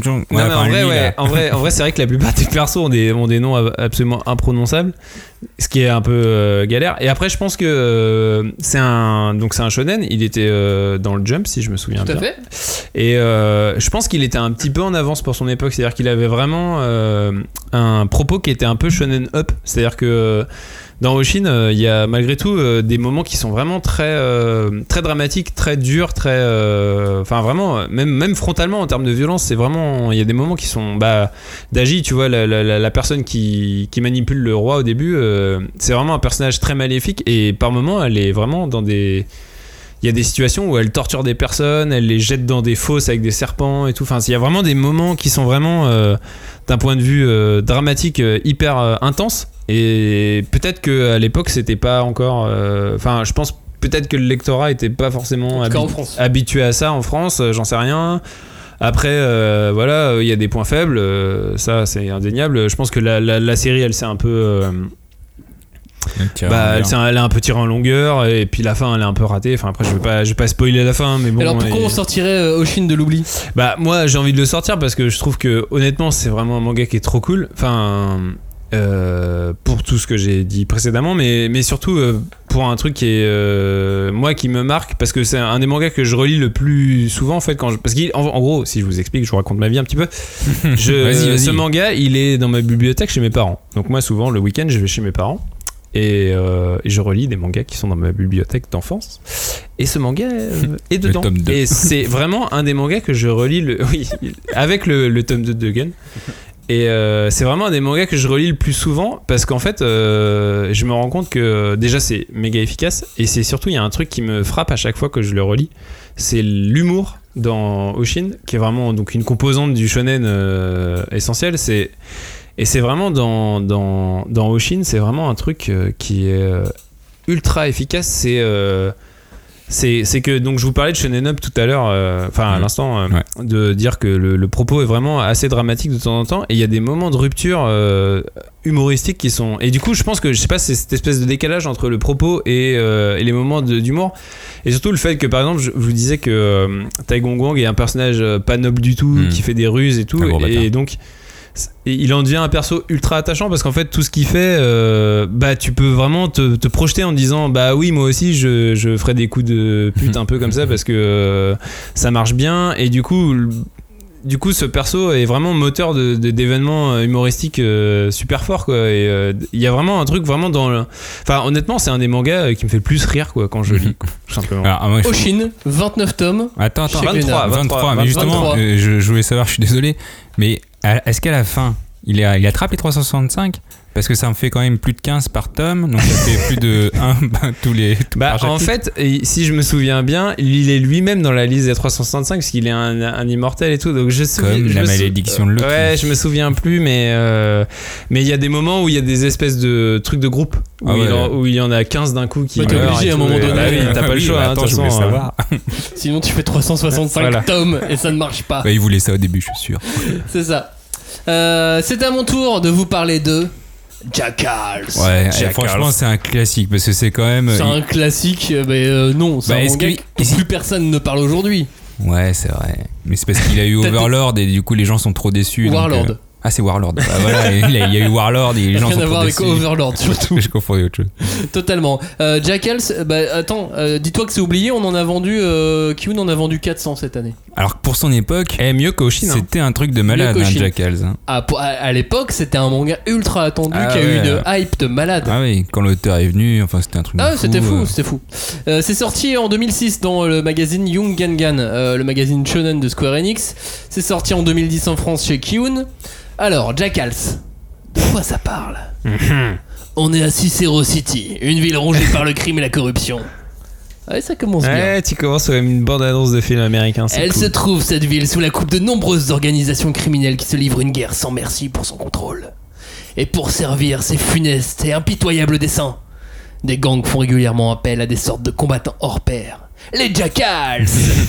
vrai, c'est vrai que la plupart des persos ont des noms absolument imprononçables, ce qui est un peu galère. Et après, je pense que c'est un shonen. Il était dans le Jump, si je me souviens bien. Tout à fait. Et je pense qu'il était un petit peu en avance pour son époque. C'est-à-dire qu'il avait vraiment un propos qui était un peu shonen up. C'est-à-dire que dans Oshin, il y a malgré tout des moments qui sont vraiment très dramatiques, très durs, enfin vraiment, même frontalement en termes de violence, c'est vraiment, il y a des moments qui sont Daji, tu vois, la personne qui manipule le roi au début, c'est vraiment un personnage très maléfique, et par moments elle est vraiment dans des... Il y a des situations où elle torture des personnes, elle les jette dans des fosses avec des serpents et tout. Enfin, il y a vraiment des moments qui sont vraiment, d'un point de vue dramatique, hyper intenses. Et peut-être qu'à l'époque, c'était pas encore... Enfin, je pense peut-être que le lectorat était pas forcément habitué à ça en France, j'en sais rien. Après, il y a des points faibles, ça c'est indéniable. Je pense que la série, elle s'est un peu... elle a un peu tiré en longueur, et puis la fin elle est un peu ratée. Enfin, après je vais pas spoiler la fin, mais bon. Alors pourquoi on sortirait Oshin de l'oubli ? Moi j'ai envie de le sortir parce que je trouve que honnêtement c'est vraiment un manga qui est trop cool. Enfin, pour tout ce que j'ai dit précédemment, mais surtout pour un truc qui est moi qui me marque, parce que c'est un des mangas que je relis le plus souvent en fait parce qu'en gros, si je vous explique, je vous raconte ma vie un petit peu. Vas-y. Ce manga il est dans ma bibliothèque chez mes parents, donc moi souvent le week-end je vais chez mes parents. Et je relis des mangas qui sont dans ma bibliothèque d'enfance. Et ce manga est dedans. Le tome 2. Et c'est vraiment un des mangas que je relis avec le tome 2 de Gun. Et c'est vraiment un des mangas que je relis le plus souvent, parce qu'en fait je me rends compte que déjà c'est méga efficace, et c'est surtout, il y a un truc qui me frappe à chaque fois que je le relis, c'est l'humour dans Oshin, qui est vraiment donc une composante du shonen essentielle. Et c'est vraiment dans Oshin, c'est vraiment un truc qui est ultra efficace. C'est que, donc je vous parlais de Shonen Up tout à l'heure, à l'instant, de dire que le propos est vraiment assez dramatique de temps en temps, et il y a des moments de rupture humoristiques qui sont... Et du coup, je pense que, je sais pas, c'est cette espèce de décalage entre le propos et les moments d'humour, et surtout le fait que, par exemple, je vous disais que Tai Gong Wang est un personnage pas noble du tout, qui fait des ruses et tout, et donc... il en devient un perso ultra attachant parce qu'en fait tout ce qu'il fait tu peux vraiment te projeter en disant bah oui moi aussi je ferai des coups de pute un peu comme ça parce que ça marche bien et du coup ce perso est vraiment moteur d'événements humoristiques super forts quoi et il y a vraiment un truc vraiment enfin honnêtement c'est un des mangas qui me fait le plus rire quoi quand je lis quoi, tout simplement. Alors, Oshin 29 tomes. Attends 23 mais justement je voulais savoir, je suis désolé, mais est-ce qu'à la fin il attrape les 365 parce que ça me fait quand même plus de 15 par tome, donc ça fait plus de 1 tous les en fait, si je me souviens bien, il est lui-même dans la liste des 365 parce qu'il est un immortel et tout, donc comme la malédiction de Loki. Ouais, je me souviens plus, mais il y a des moments où il y a des espèces de trucs de groupe où il y en a 15 d'un coup qui t'es obligé à un moment donné. T'as pas le choix, de toute façon. Sinon tu fais 365 tomes et ça ne marche pas. Il voulait ça au début, je suis sûr. C'est ça. C'est à mon tour de vous parler de Jackals. Ouais, franchement c'est un classique parce que c'est quand même. C'est un classique, mais non, c'est un manga que plus personne ne parle aujourd'hui. Ouais, c'est vrai. Mais c'est parce qu'il a eu Overlord et du coup les gens sont trop déçus. Warlord. Ah, c'est Warlord. Voilà, il y a eu Warlord et les gens sont trop déçus. Rien à voir avec Overlord surtout. Je confonds autre chose. Totalement. Jackals, attends, dis-toi que c'est oublié, on en a vendu. Kiun en a vendu 400 cette année. Alors que pour son époque, mieux qu'Oshin. C'était un truc de malade, Jackals. À l'époque, c'était un manga ultra attendu qui a eu une hype de malade. Ah oui, quand l'auteur est venu, enfin c'était un truc de fou. C'était fou. C'est sorti en 2006 dans le magazine Young Gangan, le magazine shonen de Square Enix. C'est sorti en 2010 en France chez Kiun. Alors, Jackals, de quoi ça parle? On est à Cicero City, une ville rongée par le crime et la corruption. Ouais, ça commence bien. Ouais, tu commences comme une bande-annonce de film américain. Elle se trouve, cette ville, sous la coupe de nombreuses organisations criminelles qui se livrent une guerre sans merci pour son contrôle. Et pour servir ces funestes et impitoyables desseins, des gangs font régulièrement appel à des sortes de combattants hors pair. Les Jackals.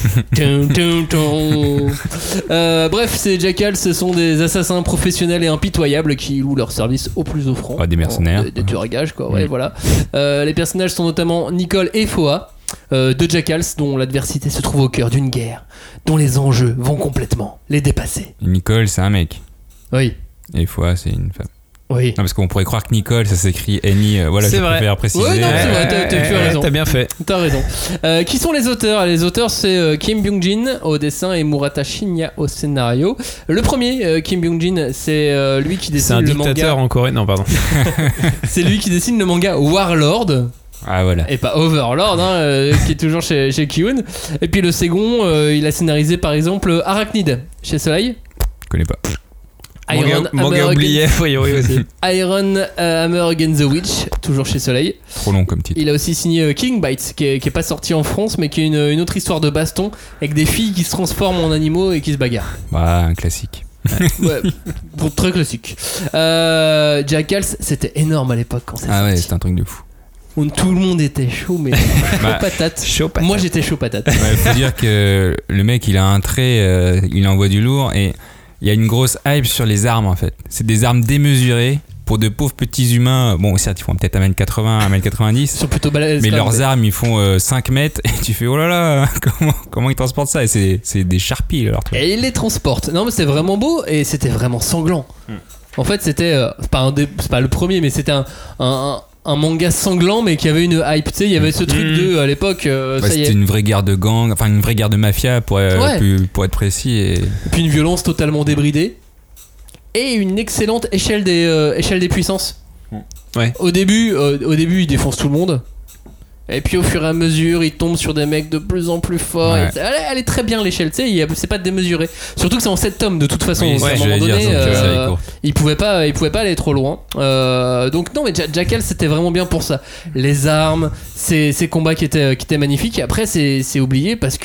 Bref, ces Jackals, ce sont des assassins professionnels et impitoyables qui louent leur service au plus offrant. Des mercenaires. Des tueurs à gages, quoi. Ouais, voilà. Les personnages sont notamment Nicole et Foa, deux Jackals dont l'adversité se trouve au cœur d'une guerre, dont les enjeux vont complètement les dépasser. Nicole, c'est un mec. Oui. Et Foa, c'est une femme. Oui. Non, parce qu'on pourrait croire que Nicole, ça s'écrit N-I. Voilà, c'est je vrai. préfère préciser. Ouais, non, c'est vrai, tu as raison. T'as bien fait. T'as raison. Qui sont les auteurs? Les auteurs, c'est Kim Byung-jin au dessin et Murata Shinya au scénario. Le premier, Kim Byung-jin, c'est lui qui dessine le manga. C'est un dictateur en Corée. Non, pardon. C'est lui qui dessine le manga Warlord. Ah voilà. Et pas Overlord, qui est toujours chez Kiun. Et puis le second, il a scénarisé par exemple Arachnid chez Soleil. Je connais pas. Manga oublié, aussi. Iron Hammer Against the Witch, toujours chez Soleil. Trop long comme titre. Il a aussi signé Killing Bites, qui est pas sorti en France, mais qui est une autre histoire de baston avec des filles qui se transforment en animaux et qui se bagarrent. Un classique. Ouais, très classique. Jackals, c'était énorme à l'époque quand c'est sorti. Ouais, c'était un truc de fou. Tout le monde était chaud, mais chaud patate. Moi j'étais chaud patate. Faut dire que le mec il a un trait, il envoie du lourd et il y a une grosse hype sur les armes en fait. C'est des armes démesurées pour de pauvres petits humains. Bon, certes, ils font peut-être 1m80, 1m90. Ils sont plutôt balèzes. Mais leurs armes, ils font 5 mètres et tu fais oh là là, comment ils transportent ça? Et c'est des charpies leur truc. Et ils les transportent. Non, mais c'est vraiment beau et c'était vraiment sanglant. En fait, c'était. c'est pas le premier, mais c'était un manga sanglant mais qui avait une hype, tu sais, il y avait ce truc de à l'époque c'était une vraie guerre de gang, enfin une vraie guerre de mafia pour être précis et puis une violence totalement débridée et une excellente échelle des puissances. Ouais. Au début il défonce tout le monde et puis au fur et à mesure il tombe sur des mecs de plus en plus forts. Ouais. Elle est très bien l'échelle, tu sais, c'est pas démesuré, surtout que c'est en 7 tomes de toute façon. Oui, à un moment donné il pouvait pas aller trop loin, donc non, mais Jackal c'était vraiment bien pour ça, les armes, ces combats qui étaient magnifiques. Après c'est oublié parce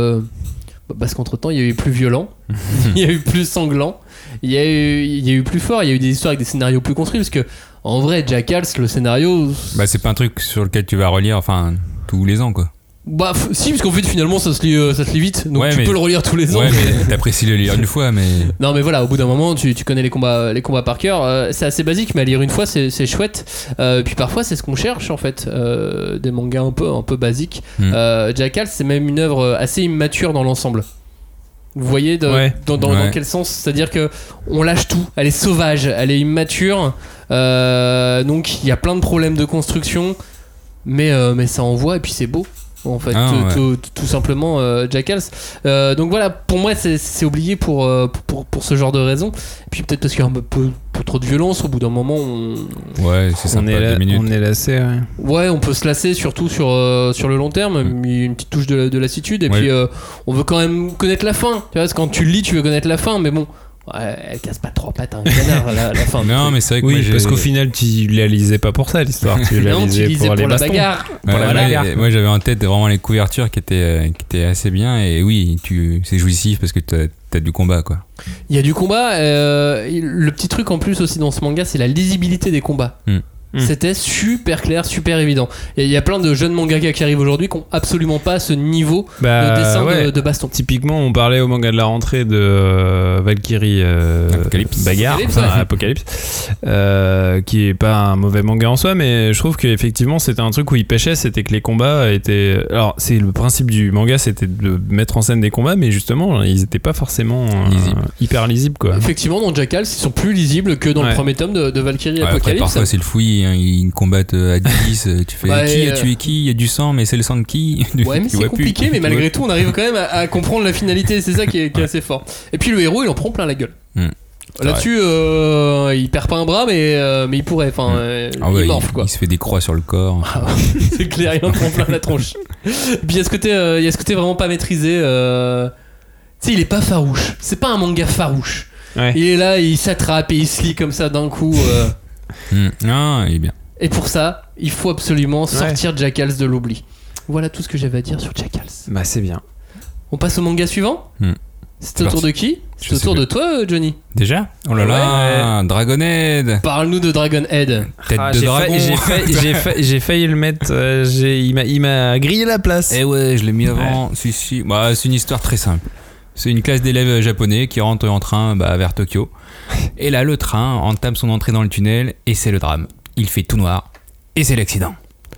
qu'entre temps il y a eu plus violent, il y a eu plus sanglant, il y a eu plus fort, il y a eu des histoires avec des scénarios plus construits, parce que en vrai Jackals, le scénario c'est pas un truc sur lequel tu vas relire tous les ans quoi. Si, parce qu'en fait finalement ça se lit vite, donc tu peux le relire tous les ans. Ouais, mais t'apprécies le lire une fois, mais non, mais voilà, au bout d'un moment tu connais les combats par cœur. C'est assez basique, mais à lire une fois c'est chouette. Puis parfois c'est ce qu'on cherche en fait, des mangas un peu basiques. Jackals, c'est même une œuvre assez immature dans l'ensemble. Vous voyez dans quel sens? C'est-à-dire que on lâche tout. Elle est sauvage, elle est immature. Donc il y a plein de problèmes de construction, mais ça envoie et puis c'est beau. En fait, tout simplement Jackals. Donc voilà, pour moi c'est oublié pour ce genre de raison. Et puis peut-être parce qu'il y a un peu trop de violence. Au bout d'un moment, c'est sympa, on est lassé. Ouais, on peut se lasser, surtout sur le long terme. Une petite touche de lassitude. Et puis on veut quand même connaître la fin. Tu vois, parce que quand tu le lis, tu veux connaître la fin, mais bon. Ouais, elle casse pas trois pattes, un canard la fin. Non, mais c'est vrai que oui, parce qu'au final, tu la lisais pas pour ça, l'histoire. Tu la lisais pour les bastons. Bagarre. Moi, j'avais en tête vraiment les couvertures qui étaient assez bien. Et oui, c'est jouissif parce que t'as du combat, quoi. Il y a du combat. Le petit truc en plus aussi dans ce manga, c'est la lisibilité des combats. C'était super clair, super évident. Et il y a plein de jeunes mangaka qui arrivent aujourd'hui qui n'ont absolument pas ce niveau de dessin de baston. Typiquement, on parlait au manga de la rentrée de Valkyrie Apocalypse, qui est pas un mauvais manga en soi, mais je trouve qu'effectivement c'était un truc où il pêchait, c'était que les combats étaient... Alors c'est le principe du manga, c'était de mettre en scène des combats, mais justement ils n'étaient pas forcément hyper lisibles, quoi. Effectivement, dans Jackals, ils sont plus lisibles que dans le premier tome de Valkyrie Apocalypse. Après, parfois c'est le fouillis. Ils combattent à 10, tu fais qui a tué qui, il y a du sang, mais c'est le sang de qui? Ouais, mais c'est compliqué, mais malgré tout on arrive quand même à comprendre la finalité, c'est ça qui est assez fort. Et puis le héros il en prend plein la gueule. Là-dessus il perd pas un bras, mais il pourrait, il morfle, quoi. Il se fait des croix sur le corps. C'est clair, il en prend plein la tronche. Et puis il y a ce côté vraiment pas maîtrisé. Tu sais, il est pas farouche, c'est pas un manga farouche. Il est là, il s'attrape et il se lit comme ça d'un coup. Non, il est bien. Et pour ça, il faut absolument sortir Jackals de l'oubli. Voilà tout ce que j'avais à dire sur Jackals. Bah c'est bien. On passe au manga suivant. C'est au tour de qui? C'est au tour de toi, Johnny. Déjà? Oh là là, Dragonhead. Parle-nous de Dragonhead. Tête de dragon. J'ai failli le mettre. Il m'a grillé la place. Eh ouais, je l'ai mis avant. Si. Bah, c'est une histoire très simple. C'est une classe d'élèves japonais qui rentre en train vers Tokyo. Et là, le train entame son entrée dans le tunnel et c'est le drame. Il fait tout noir et c'est l'accident.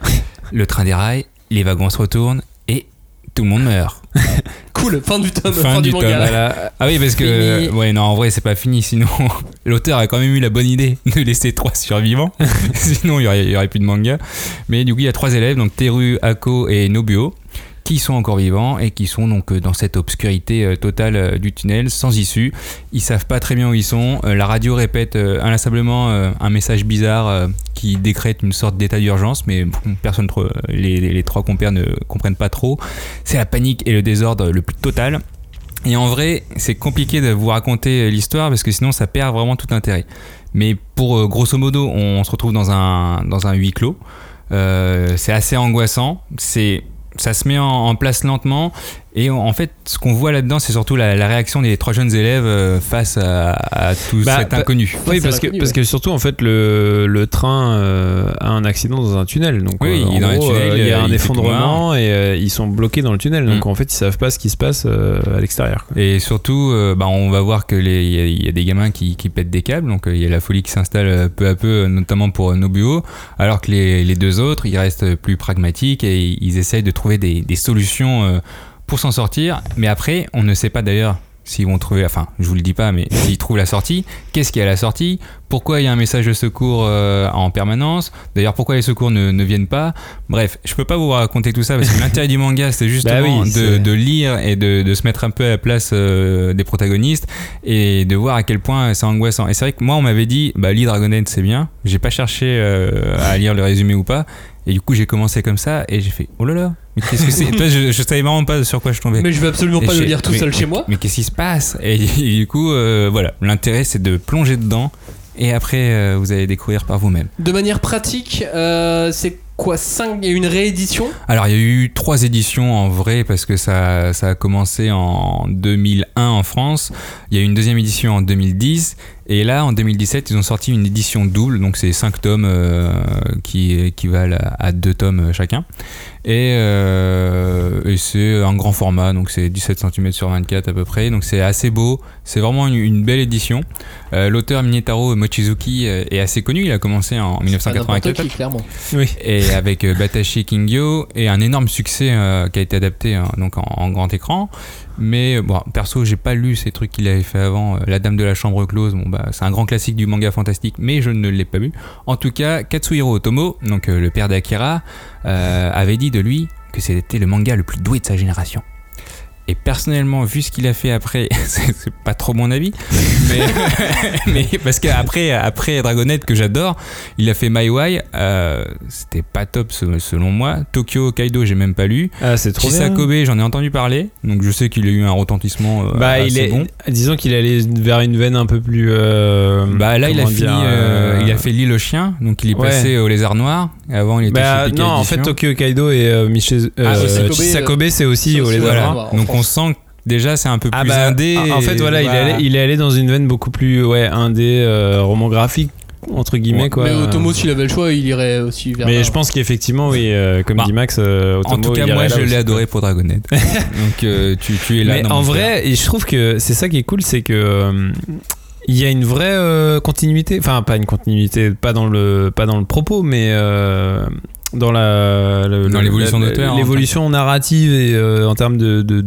Le train déraille, les wagons se retournent et tout le monde meurt. Cool, fin du tome, fin du manga. Voilà. Ah oui, parce que en vrai c'est pas fini, sinon l'auteur a quand même eu la bonne idée de laisser 3 survivants. Sinon il y aurait plus de manga. Mais du coup il y a 3 élèves, donc Teru, Ako et Nobuo, qui sont encore vivants et qui sont donc dans cette obscurité totale du tunnel, sans issue. Ils savent pas très bien où ils sont. La radio répète inlassablement un message bizarre qui décrète une sorte d'état d'urgence, mais personne, les 3 compères ne comprennent pas trop. C'est la panique et le désordre le plus total. Et en vrai, c'est compliqué de vous raconter l'histoire parce que sinon ça perd vraiment tout intérêt. Mais pour grosso modo, on se retrouve dans un huis clos. C'est assez angoissant. Ça se met en place lentement et en fait ce qu'on voit là-dedans c'est surtout la réaction des 3 jeunes élèves face à tout cet inconnu. Oui, parce que surtout en fait le train a un accident dans un tunnel, donc il est dans un tunnel, il y a un effondrement et ils sont bloqués dans le tunnel, donc en fait ils savent pas ce qui se passe à l'extérieur, quoi. Et surtout on va voir que il y a des gamins qui pètent des câbles, donc il y a la folie qui s'installe peu à peu, notamment pour Nobuo, alors que les 2 autres ils restent plus pragmatiques et ils essayent de trouver des solutions pour s'en sortir. Mais après on ne sait pas d'ailleurs s'ils vont trouver, enfin je vous le dis pas, mais s'ils trouvent la sortie, qu'est-ce qu'il y a à la sortie, pourquoi il y a un message de secours en permanence, d'ailleurs pourquoi les secours ne viennent pas. Bref, je peux pas vous raconter tout ça parce que l'intérêt du manga c'est justement de lire et de se mettre un peu à la place des protagonistes et de voir à quel point c'est angoissant. Et c'est vrai que moi on m'avait dit lis Dragonhead, c'est bien, j'ai pas cherché à lire le résumé ou pas, et du coup j'ai commencé comme ça et j'ai fait oh là là, mais qu'est-ce que c'est? Toi, je savais vraiment pas sur quoi je tombais. Mais je vais absolument pas le lire tout seul chez moi. Mais qu'est-ce qui se passe? Et du coup, voilà, l'intérêt c'est de plonger dedans et après vous allez découvrir par vous-même. De manière pratique, c'est quoi, 5? Il y a une réédition? Alors il y a eu 3 éditions en vrai parce que ça a commencé en 2001 en France. Il y a eu une 2e édition en 2010 et là en 2017 ils ont sorti une édition double, donc c'est 5 tomes qui équivalent à 2 tomes chacun. Et c'est un grand format, donc c'est 17 cm sur 24 à peu près, donc c'est assez beau, c'est vraiment une belle édition. L'auteur Minetaro Mochizuki est assez connu, il a commencé en 1984. Clairement. Oui. Et et avec Batashi Kingyo, et un énorme succès qui a été adapté donc en grand écran. Mais bon, perso, j'ai pas lu ces trucs qu'il avait fait avant. La Dame de la Chambre Close, bon bah c'est un grand classique du manga fantastique, mais je ne l'ai pas lu. En tout cas, Katsuhiro Otomo, donc le père d'Akira, avait dit de lui que c'était le manga le plus doué de sa génération. Et personnellement, vu ce qu'il a fait après, c'est pas trop mon avis, mais parce qu'après Dragonette, que j'adore, il a fait My Way, c'était pas top selon moi. Tokyo Kaido, j'ai même pas lu. Ah, c'est trop bien. Kobe, j'en ai entendu parler, donc je sais qu'il a eu un retentissement assez bon. Disons qu'il allait vers une veine un peu plus. Là, il a fini, il a fait L'île aux chiens, donc il est passé au Lézard Noir. Avant, il était chez Pika non, en fait, Tokyo Kaido et Kobe, c'est aussi au Lézard Noir. Donc on sent que déjà c'est un peu plus indé. En fait, voilà, il est allé dans une veine beaucoup plus indé, roman graphique, entre guillemets, quoi. Mais Otomo, s'il avait le choix, il irait aussi vers. Mais je pense qu'effectivement, oui, comme dit Max, Otomo. En tout cas, moi, je l'ai adoré pour Dragonette. Donc tu es là. Mais en vrai, et je trouve que c'est ça qui est cool, c'est que il y a une vraie continuité. Enfin, pas une continuité, pas dans le propos, mais dans l'évolution d'auteur, l'évolution narrative et en termes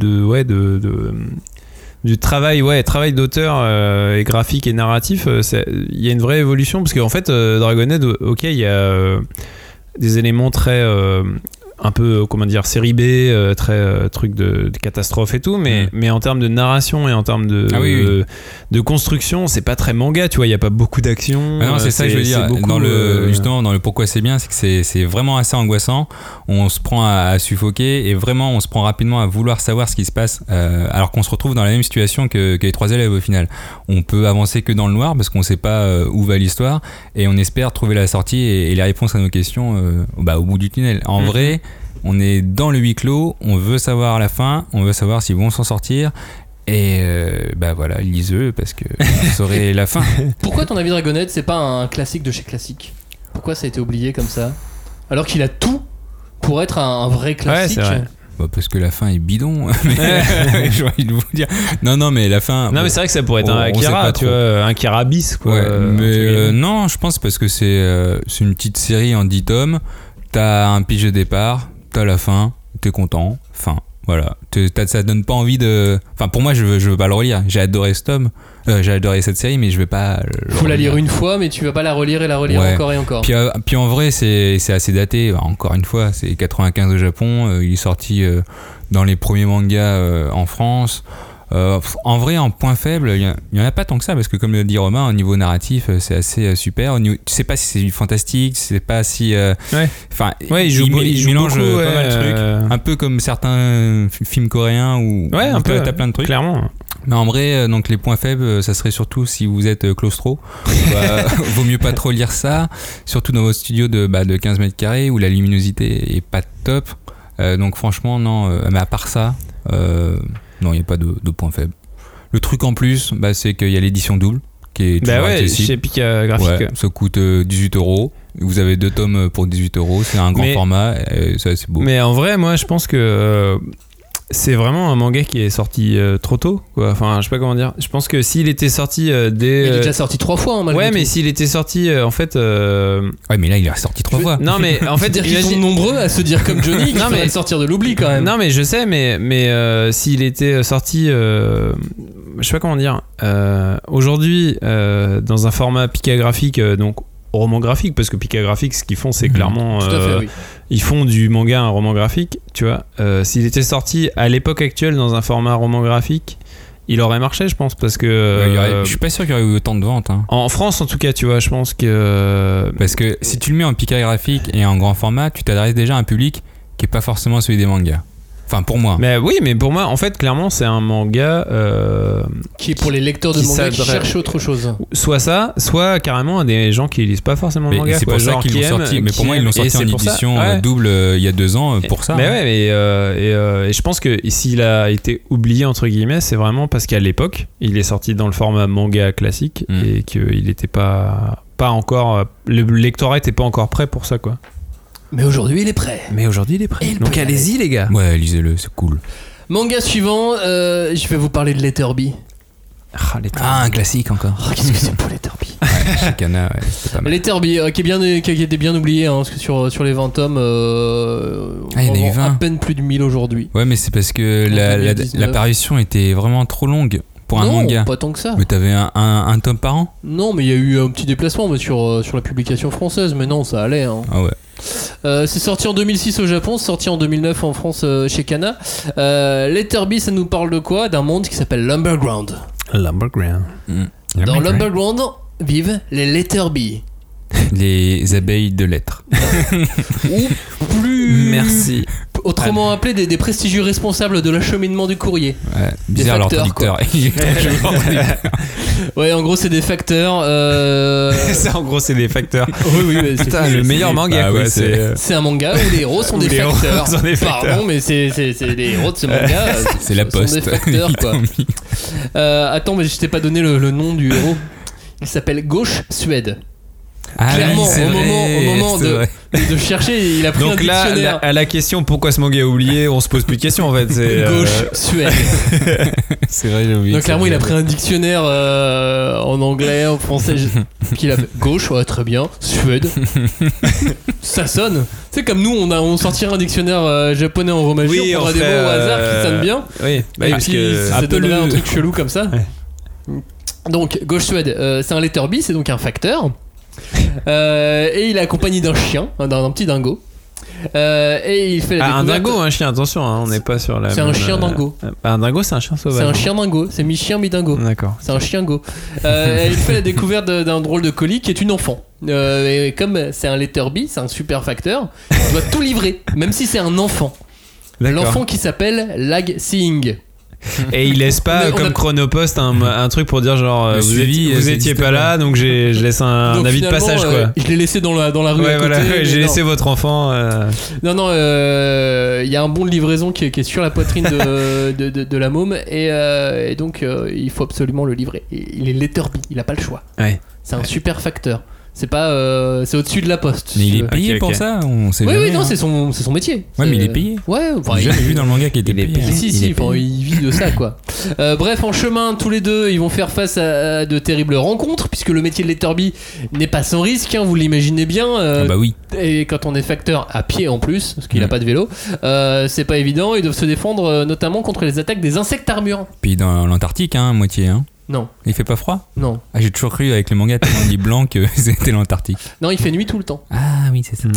du travail d'auteur et graphique et narratif, il y a une vraie évolution, parce qu'en fait Dragonhead, ok, il y a des éléments très un peu, comment dire, série B, très truc de catastrophe et tout, mais en termes de narration et en termes de construction, c'est pas très manga, tu vois, il y a pas beaucoup d'action. Non, c'est ça que je veux dire. Beaucoup, justement, dans le pourquoi c'est bien, c'est que c'est vraiment assez angoissant. On se prend à suffoquer, et vraiment on se prend rapidement à vouloir savoir ce qui se passe, alors qu'on se retrouve dans la même situation que les trois élèves au final. On peut avancer que dans le noir parce qu'on sait pas où va l'histoire, et on espère trouver la sortie et les réponses à nos questions au bout du tunnel. En vrai, on est dans le huis clos, on veut savoir la fin, on veut savoir s'ils vont s'en sortir, et voilà, lisez-le parce que vous saurez la fin. Pourquoi ton avis Dragonhead, c'est pas un classique de chez classique? Pourquoi ça a été oublié comme ça, alors qu'il a tout pour être un vrai classique? Ouais, c'est vrai. Parce que la fin est bidon. J'ai envie de vous dire. Non, mais la fin. Non, mais c'est vrai que ça pourrait être un Akira, tu vois, un Akira bis, quoi. Ouais, mais non, je pense parce que c'est une petite série en 10 tomes. T'as un pitch de départ, t'as la fin, t'es content. Fin. Voilà. Ça donne pas envie de. Enfin, pour moi, je veux pas le relire. J'ai adoré ce tome. J'ai adoré cette série, mais je vais pas. Faut la lire une fois, mais tu vas pas la relire et la relire encore et encore. Puis en vrai, c'est assez daté. Encore une fois, c'est 95 au Japon. Il est sorti dans les premiers mangas en France. En vrai, en point faible, il y en a pas tant que ça, parce que comme le dit Romain, au niveau narratif, c'est assez super. Tu sais pas si c'est du fantastique, tu sais pas si. Il mélange beaucoup, pas mal de trucs, un peu comme certains films coréens où t'as plein de trucs. Clairement. Mais en vrai, donc les points faibles, ça serait surtout si vous êtes claustro. Vaut mieux pas trop lire ça, surtout dans votre studio de 15 mètres carrés où la luminosité est pas top. Donc franchement, non. Mais à part ça. Non, il n'y a pas de point faible. Le truc en plus, c'est qu'il y a l'édition double qui est toujours accessible. Chez Pika Graphique. Ouais, ça coûte 18€. Vous avez 2 tomes pour 18€. C'est un grand format. Ça, c'est beau. Mais en vrai, moi, je pense que c'est vraiment un manga qui est sorti trop tôt, quoi. Enfin, je sais pas comment dire. Je pense que s'il était sorti dès. Il est déjà sorti 3 fois, malgré tout. Mais s'il était sorti, en fait. Ouais, mais là, il est sorti 3 fois. Non, mais en fait, ils sont nombreux à se dire comme Johnny qu'il faudrait sortir de l'oubli quand même. Non, mais je sais, mais s'il était sorti, je sais pas comment dire. Aujourd'hui, dans un format Pika Graphique, donc roman graphique, parce que Pika Graphique, ce qu'ils font, c'est clairement tout à fait, oui. Ils font du manga un roman graphique, tu vois. S'il était sorti à l'époque actuelle dans un format roman graphique, il aurait marché, je pense, parce que je suis pas sûr qu'il y aurait eu autant de ventes, hein. En France, en tout cas, tu vois, je pense que parce que si tu le mets en Pika Graphique et en grand format, tu t'adresses déjà à un public qui est pas forcément celui des mangas. Enfin, pour moi. Mais oui, mais pour moi, en fait, clairement, c'est un manga qui est pour les lecteurs de manga qui cherchent autre chose. Soit ça, soit carrément des gens qui lisent pas forcément le manga. C'est pour ça qu'ils l'ont sorti. Mais pour moi, ils l'ont sorti en édition double il y a 2 ans pour ça. Mais et je pense que s'il a été oublié entre guillemets, c'est vraiment parce qu'à l'époque, il est sorti dans le format manga classique et qu'il n'était pas encore. Le lectorat était pas encore prêt pour ça, quoi. Mais aujourd'hui, il est prêt. Donc allez-y, les gars. Ouais, lisez-le, c'est cool. Manga suivant, je vais vous parler de Letterby. Un classique encore. Qu'est-ce que c'est pour Letterby? Chez Kana, ouais, c'était pas mal. Letterby, qui a été bien oublié, hein, parce que sur les 20 tomes, il y en a eu 20. À peine plus de 1000 aujourd'hui. Ouais, mais c'est parce que la parution était vraiment trop longue pour un manga. Non, pas tant que ça. Mais t'avais un tome par an? Non, mais il y a eu un petit déplacement sur la publication française, mais non, ça allait. Hein. Ah ouais. C'est sorti en 2006 au Japon, c'est sorti en 2009 en France chez Kana. Letterby, ça nous parle de quoi? D'un monde qui s'appelle l'Underground. Dans l'Underground vivent les Letterby. Les abeilles de lettres. Ou plus. Merci. Autrement appelés des prestigieux responsables de l'acheminement du courrier. Ouais, bizarre leur traducteur. Ouais, en gros, c'est des facteurs. Ça, en gros, c'est des facteurs. Oui, c'est putain, le meilleur manga, quoi. Oui, c'est un manga où les héros sont des facteurs. Pardon, mais c'est les héros de ce manga. C'est la poste. Sont des facteurs, quoi. Attends, mais je t'ai pas donné le nom du héros. Il s'appelle Gauche Suède. Ah, clairement, oui, au moment de chercher, il a pris un dictionnaire. Donc là, à la question pourquoi ce manga est oublié, on se pose plus de questions en fait. C'est, Gauche Suède. C'est vrai, j'ai oublié. Donc clairement, il a pris un dictionnaire en anglais, en français. Puis il a fait gauche, ouais, très bien. Suède. Ça sonne. C'est comme nous, on sortirait un dictionnaire japonais en romagie, on prendrait des mots au hasard qui sonnent bien. Oui, et puis ça donnerait un truc chelou comme ça. Ouais. Donc Gauche Suède, c'est un Letterby, c'est donc un facteur. Et il est accompagné d'un chien, d'un petit dingo. Et il fait la découverte. Un dingo ou un chien, attention, hein, on n'est pas sur la. C'est un chien dingo. Un dingo, c'est un chien sauvage. C'est un chien dingo, c'est mi-chien, mi-dingo. D'accord. C'est un chien go. Il fait la découverte d'un drôle de colis qui est une enfant. Et comme c'est un Letterby, c'est un super facteur, il doit tout livrer, même si c'est un enfant. D'accord. L'enfant qui s'appelle Lag Seeing. Et il laisse pas comme Chronopost un truc pour dire genre vous étiez pas là, donc je laisse un avis de passage quoi. Je l'ai laissé dans la rue à côté. Voilà, j'ai laissé votre enfant. Non, il y a un bon de livraison qui est sur la poitrine de la môme et donc il faut absolument le livrer. Il est Letterby, il a pas le choix. Ouais. C'est un super facteur. C'est pas, c'est au-dessus de la poste. Mais il est payé pour ça, on sait jamais. Oui, non, c'est son métier. Ouais, mais il est payé. Ouais, enfin, j'ai jamais vu dans le manga qu'il était payé. Il vit de ça, quoi. Bref, en chemin, tous les deux, ils vont faire face à de terribles rencontres, puisque le métier de Letterby n'est pas sans risque, hein, vous l'imaginez bien. Bah oui. Et quand on est facteur à pied en plus, parce qu'il a pas de vélo, c'est pas évident. Ils doivent se défendre, notamment contre les attaques des insectes armures. Puis dans l'Antarctique, hein, moitié, hein. Non. Il fait pas froid? Non. Ah, j'ai toujours cru avec le manga tellement dit blanc que c'était l'Antarctique. Non, il fait nuit tout le temps. Ah oui, c'est ça.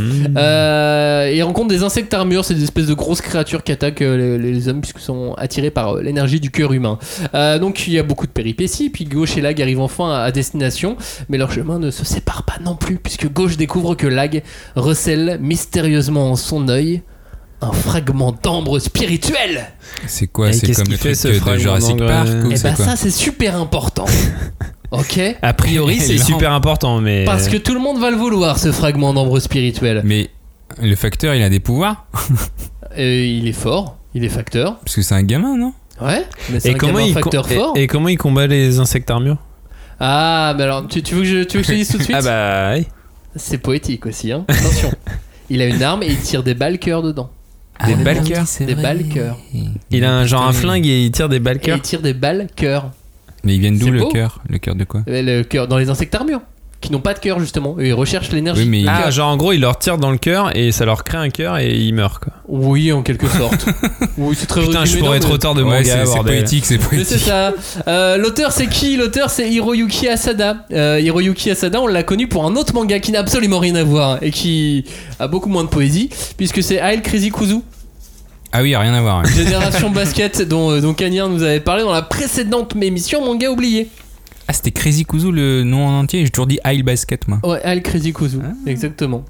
Il rencontre des insectes armures, c'est des espèces de grosses créatures qui attaquent les hommes puisqu'ils sont attirés par l'énergie du cœur humain. Donc il y a beaucoup de péripéties, puis Gauche et Lag arrivent enfin à destination, mais leur chemin ne se sépare pas non plus, puisque Gauche découvre que Lag recèle mystérieusement en son œil un fragment d'ambre spirituel. C'est quoi? C'est comme le truc de Jurassic Park ou et c'est bah quoi? ça c'est super important. Ok. A priori c'est super important, mais parce que tout le monde va le vouloir, ce fragment d'ambre spirituel. Mais le facteur il a des pouvoirs? Il est fort, il est facteur. Parce que c'est un gamin, non? Ouais, mais c'est un facteur fort. Et comment il combat les insectes armures? Ah, mais alors tu veux que je te dise tout de suite? Ah bah oui. C'est poétique aussi, hein. Attention. Il a une arme et il tire des balles cœur dedans. Des balles cœur? Des balles cœur. Il a un flingue et il tire des balles cœur. Et il tire des balles cœur. Mais ils viennent d'où le cœur? Le cœur de quoi? Le cœur dans les insectes armures. Qui n'ont pas de cœur justement. Et ils recherchent l'énergie. Oui, mais genre en gros il leur tire dans le cœur et ça leur crée un cœur et ils meurent quoi. Oui, en quelque sorte. Oui, c'est très putain, je pourrais être auteur de manga. C'est poétique, c'est poétique. Mais c'est ça. L'auteur c'est qui? L'auteur c'est Hiroyuki Asada. Hiroyuki Asada, on l'a connu pour un autre manga qui n'a absolument rien à voir et qui a beaucoup moins de poésie, puisque c'est Ael Crazy Kuzu. Ah oui, rien à voir. Hein. Génération Basket dont Cagnard nous avait parlé dans la précédente émission Manga oublié. Ah, c'était Crazy Kuzu le nom en entier? J'ai toujours dit Ail Basket moi. Ouais, Ail Crazy Kuzu, exactement.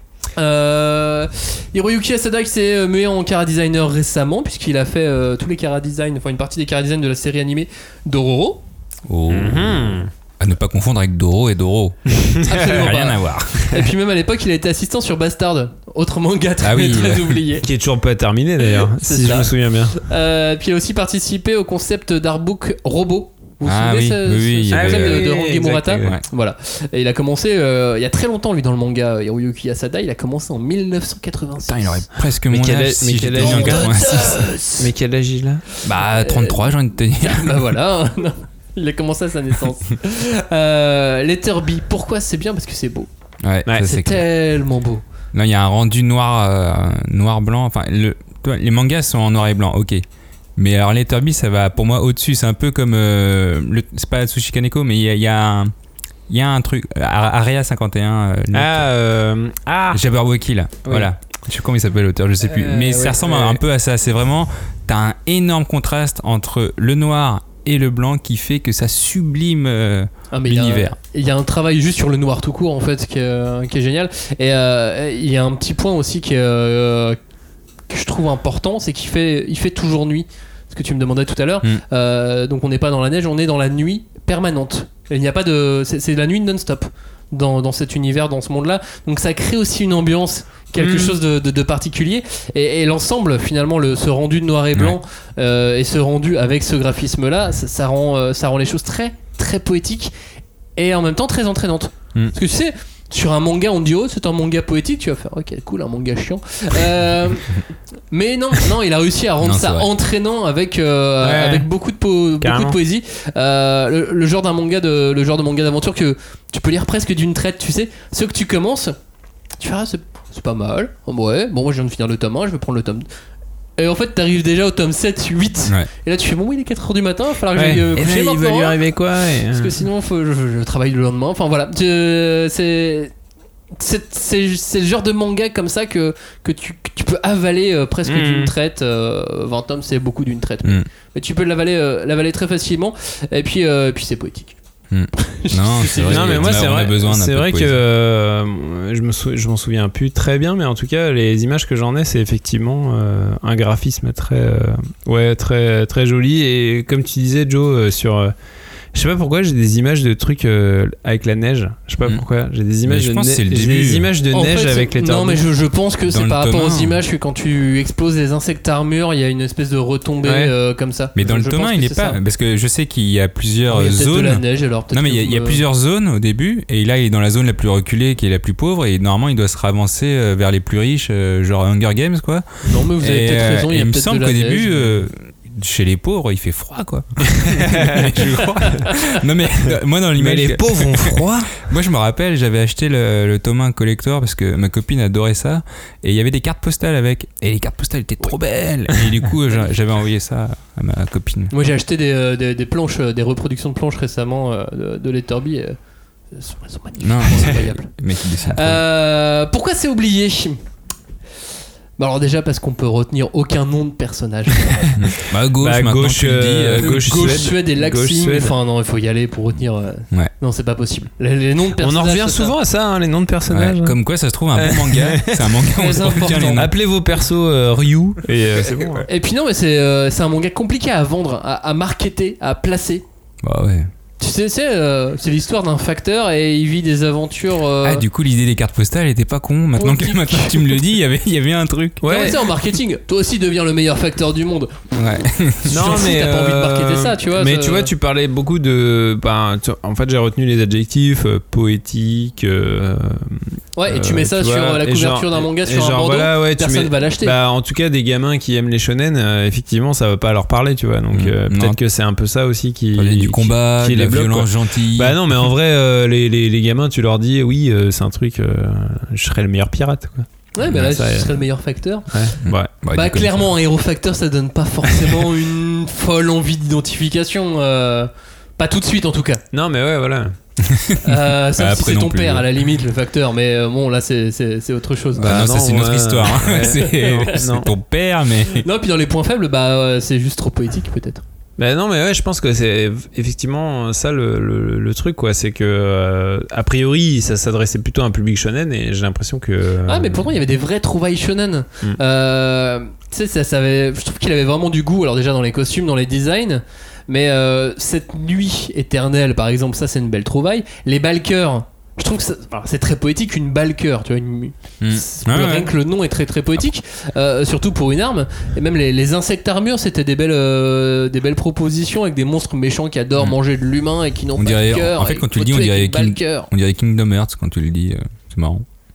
Hiroyuki Asada qui s'est mué en chara-designer récemment, puisqu'il a fait tous les chara-design, enfin une partie des chara-design de la série animée Dororo. Oh. À ne pas confondre avec Doro et Doro. Absolument rien pas. à voir. Et puis même à l'époque il a été assistant sur Bastard, autre manga très oublié. Qui est toujours pas terminé d'ailleurs, si je me souviens bien. Puis il a aussi participé au concept d'artbook Robot. Vous vous oui, souvenez de Rangi Murata? Ouais. Voilà. Et il a commencé il y a très longtemps lui dans le manga Hiroyuki Asada, il a commencé en 1986. Putain, il aurait presque mon âge si j'étais en 86. Mais quel âge il a? Bah 33 j'ai envie de te dire. Bah voilà. Il a commencé à sa naissance. Letterby, pourquoi c'est bien? Parce que c'est beau. Ouais, c'est tellement beau. Non, il y a un rendu noir-blanc. Enfin, les mangas sont en noir et blanc, ok. Mais alors Letterby, ça va pour moi au-dessus. C'est un peu comme c'est pas Atsushi Kaneko, mais il y a un truc. Area 51. Jabberwocky là. Oui. Voilà. Je sais pas comment il s'appelle l'auteur, je sais plus. Mais ça ressemble un peu à ça. C'est vraiment, t'as un énorme contraste entre le noir et le blanc qui fait que ça sublime l'univers. Il y a un travail juste sur le noir tout court en fait qui est génial. Et il y a un petit point aussi que je trouve important, c'est qu'il fait toujours nuit. Ce que tu me demandais tout à l'heure. Donc on n'est pas dans la neige, on est dans la nuit permanente. Il n'y a pas c'est la nuit non-stop dans cet univers, dans ce monde-là. Donc ça crée aussi une ambiance, quelque chose de particulier. Et l'ensemble, finalement, ce rendu de noir et blanc et ce rendu avec ce graphisme-là, ça rend les choses très, très poétiques et en même temps très entraînantes. Parce que tu sais, sur un manga, on te dit oh c'est un manga poétique, tu vas faire ok cool, un manga chiant. Mais non, il a réussi à rendre ça entraînant avec beaucoup de poésie. Le genre de manga d'aventure que tu peux lire presque d'une traite, tu sais. Ceux que tu commences, tu fais c'est pas mal. Ouais, bon moi je viens de finir le tome 1, je vais prendre le tome 2. Et en fait t'arrives déjà au tome 7, 8 et là tu fais bon il est 4h du matin, il va falloir que j'aille coucher maintenant. Il va lui arriver quoi parce que sinon je travaille le lendemain. Enfin voilà, c'est le genre de manga comme ça que tu peux avaler presque d'une traite. 20 tomes c'est beaucoup d'une traite, mais tu peux l'avaler très facilement. Et puis c'est poétique. Non, c'est vrai. Non, mais moi c'est vrai que je m'en souviens plus très bien, mais en tout cas les images que j'en ai, c'est effectivement un graphisme très très joli. Et comme tu disais Joe, je sais pas pourquoi j'ai des images de trucs avec la neige. Je sais pas pourquoi j'ai des images images de neige fait, avec les tornades. Non mais je pense que c'est par rapport aux images que quand tu exploses les insectes armures, il y a une espèce de retombée comme ça. Mais dans le tome 1 il est pas ça. Parce que je sais qu'il y a plusieurs zones. De la neige, alors, non mais il y a plusieurs zones au début et là il est dans la zone la plus reculée qui est la plus pauvre et normalement il doit se ravancer vers les plus riches, genre Hunger Games quoi. Non mais vous avez peut-être raison, il y a peut-être me semble qu'au début chez les pauvres, il fait froid, quoi. Je crois. Non, mais moi, dans l'image. Mais les pauvres ont froid. Moi, je me rappelle, j'avais acheté le tome 1 collector parce que ma copine adorait ça. Et il y avait des cartes postales avec. Et les cartes postales étaient trop belles. Et du coup, j'avais envoyé ça à ma copine. Moi, j'ai acheté des planches, des reproductions de planches récemment de Letterby. Elles sont magnifiques. Non, c'est incroyable. Pourquoi c'est oublié? Bah alors déjà parce qu'on peut retenir aucun nom de personnage. Gauche, Suède et Laxing. Enfin non, il faut y aller pour retenir. Non, c'est pas possible. Les noms de personnages. On en revient souvent à ça, les noms de personnages. Comme quoi, ça se trouve un bon manga. C'est un manga où on se retient les noms. Appelez vos persos Ryu et c'est bon. Et puis non, mais c'est un manga compliqué à vendre, à marketer, à placer. Bah ouais. Tu sais, c'est l'histoire d'un facteur et il vit des aventures. Ah, du coup, l'idée des cartes postales était pas con. Maintenant que tu me le dis, il y avait un truc. Ouais, tu sais, en marketing, toi aussi deviens le meilleur facteur du monde. Ouais. Non, mais t'as pas envie de marketer ça, tu vois. Mais tu vois, tu parlais beaucoup de. En fait, j'ai retenu les adjectifs poétique. Ouais, et tu mets ça sur la couverture d'un manga sur un bandeau. Voilà, personne va l'acheter. En tout cas, des gamins qui aiment les shonen, effectivement, ça va pas leur parler, tu vois. Donc peut-être que c'est un peu ça aussi qui. Du combat, qui est la violence gentille. Bah non, mais en vrai, les gamins, tu leur dis oui, c'est un truc, je serais le meilleur pirate, quoi. Ouais, bah là, tu serais le meilleur facteur. Ouais. Clairement, un héros facteur, ça donne pas forcément une folle envie d'identification. Pas tout de suite, en tout cas. Non, mais ouais, voilà. Sauf si c'est ton père, à la limite, le facteur. Mais bon, là, c'est autre chose. Non, ça, c'est une autre histoire. C'est ton père, mais. Non, puis dans les points faibles, c'est juste trop poétique, peut-être. Non, mais ouais, je pense que c'est effectivement ça le truc, quoi. C'est que a priori ça s'adressait plutôt à un public shonen et j'ai l'impression que. Mais pourtant il y avait des vrais trouvailles shonen. Tu sais, je trouve qu'il avait vraiment du goût. Alors déjà dans les costumes, dans les designs, mais cette nuit éternelle, par exemple, ça c'est une belle trouvaille. Les balkers. Je trouve que c'est très poétique, une balker, tu vois, rien que le nom est très très poétique, surtout pour une arme. Et même les insectes armures, c'était des belles propositions avec des monstres méchants qui adorent manger de l'humain et qui n'ont pas de cœur. En fait, quand tu le dis, on dirait Kingdom Hearts quand tu le dis, c'est marrant.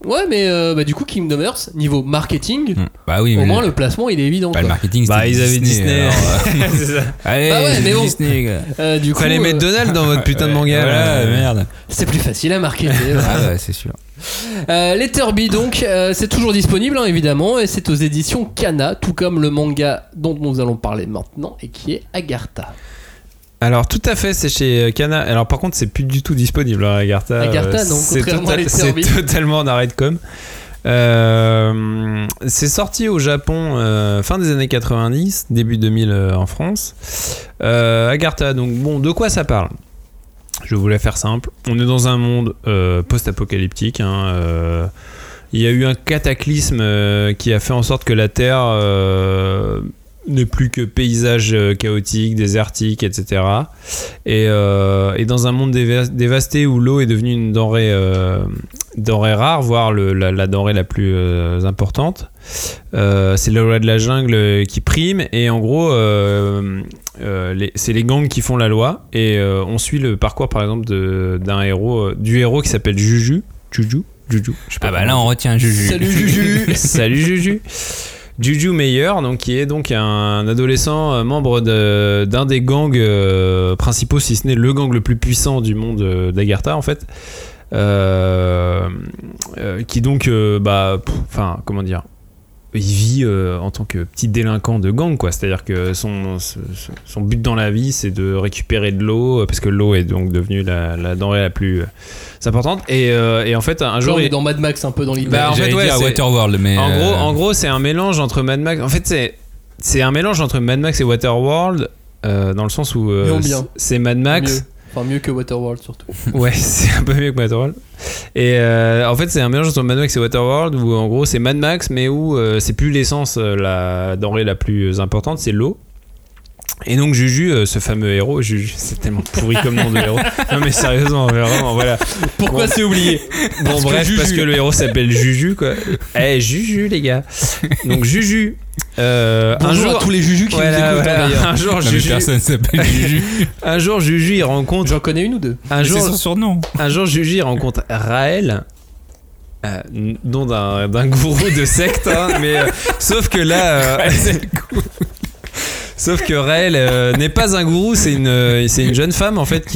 Ouais, mais du coup, Kingdom Hearts, niveau marketing, bah oui, au moins le placement il est évident. Bah, le marketing, bah ils avaient Disney. C'est ça. Allez, bah ouais, mais bon. Disney, du coup, fallait mettre Donald dans votre putain de manga. Voilà, merde. C'est plus facile à marketer. Ah ouais, c'est sûr. Letterby donc, c'est toujours disponible hein, évidemment, et c'est aux éditions Kana, tout comme le manga dont nous allons parler maintenant et qui est Agartha. Alors tout à fait, c'est chez Kana. Alors par contre, c'est plus du tout disponible hein, Agartha. Agartha non, contrairement à Letterby. C'est totalement en arrêt de com. C'est sorti au Japon fin des années 90, début 2000 en France. Agartha, donc bon, de quoi ça parle ? Je voulais faire simple. On est dans un monde post-apocalyptique. Hein, il y a eu un cataclysme qui a fait en sorte que la Terre n'est plus que paysage chaotique, désertique, etc. Et dans un monde dévasté où l'eau est devenue une denrée rare, voire la denrée la plus importante, c'est le roi de la jungle qui prime. Et en gros, c'est les gangs qui font la loi. Et on suit le parcours, par exemple, du héros qui s'appelle Juju. Ah bah là, on retient Juju. Salut Juju. Salut Juju. Juju Meyer, donc, qui est donc un adolescent membre d'un des gangs principaux, si ce n'est le gang le plus puissant du monde d'Agartha en fait, qui donc, comment dire, il vit en tant que petit délinquant de gang, quoi. C'est-à-dire que son but dans la vie, c'est de récupérer de l'eau, parce que l'eau est donc devenue la denrée la plus importante. Et en fait, un jour, on est dans Mad Max un peu dans l'idée. Bah, en fait, ouais, c'est Waterworld, mais en gros, c'est un mélange entre Mad Max. En fait, c'est un mélange entre Mad Max et Waterworld, dans le sens où c'est Mad Max. Mieux. Enfin, mieux que Waterworld surtout. Ouais, c'est un peu mieux que Waterworld. Et en fait, c'est un mélange entre Mad Max et Waterworld où en gros c'est Mad Max, mais où c'est plus l'essence, la denrée la plus importante, c'est l'eau. Et donc Juju, ce fameux héros, Juju, c'est tellement pourri comme nom de héros. Non mais sérieusement, vraiment, voilà. Pourquoi c'est oublié ? Bon bref, parce que le héros s'appelle Juju, quoi. Juju les gars. Donc Juju. Un jour à tous les Juju qui nous écoutent d'ailleurs. Un jour, Juju. Personne s'appelle Juju. Un jour, Juju il rencontre. J'en connais une ou deux. C'est son surnom. Un jour, Juju il rencontre Raël. Nom d'un gourou de secte, hein, mais sauf que là. Sauf que Raël n'est pas un gourou, c'est une jeune femme en fait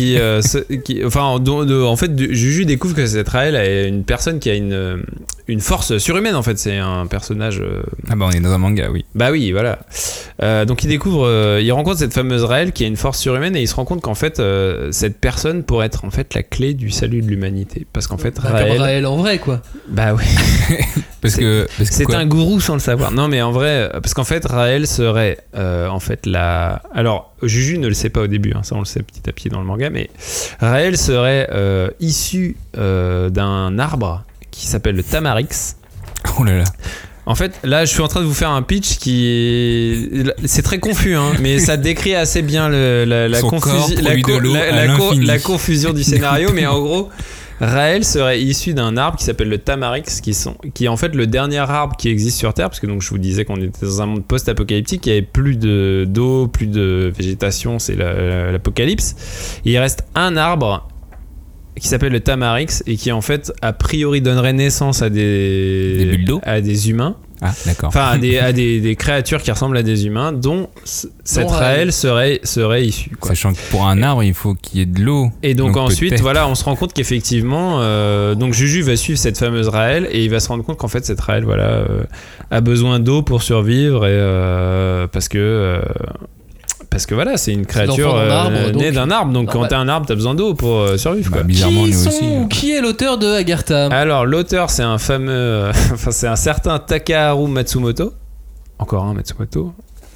en fait Juju découvre que cette Raël est une personne qui a une force surhumaine en fait, c'est un personnage. Ah bah on est dans un manga, oui. Bah oui, voilà. Donc il rencontre cette fameuse Raël qui a une force surhumaine et il se rend compte qu'en fait cette personne pourrait être en fait la clé du salut de l'humanité, parce qu'en fait Raël en vrai quoi. Bah oui. parce que c'est un gourou sans le savoir. Non mais en vrai, parce qu'en fait Raël serait en fait alors Juju ne le sait pas au début, hein, ça on le sait petit à petit dans le manga, mais Raël serait issu d'un arbre qui s'appelle le Tamarix. Oh là là. En fait, là, je suis en train de vous faire un pitch c'est très confus, hein, mais ça décrit assez bien la confusion du scénario. Mais en gros, Raël serait issu d'un arbre qui s'appelle le Tamarix, qui est en fait le dernier arbre qui existe sur Terre, parce que donc je vous disais qu'on était dans un monde post-apocalyptique, il n'y avait plus d'eau, plus de végétation, c'est l'apocalypse. Et il reste un arbre qui s'appelle le Tamarix et qui en fait a priori donnerait naissance à des bulles d'eau, à des humains. Ah d'accord. Enfin à des créatures qui ressemblent à des humains, dont cette Raël serait issue, quoi. Sachant que pour un arbre il faut qu'il y ait de l'eau. Et donc ensuite voilà, on se rend compte qu'effectivement donc Juju va suivre cette fameuse Raël et il va se rendre compte qu'en fait cette Raël a besoin d'eau pour survivre, et parce que voilà, c'est une créature née d'un arbre, donc quand t'as un arbre, t'as besoin d'eau pour survivre, quoi. Bizarrement, nous aussi. Qui est l'auteur de Agartha ? Alors, l'auteur, c'est un fameux. C'est un certain Takaharu Matsumoto. Encore un Matsumoto.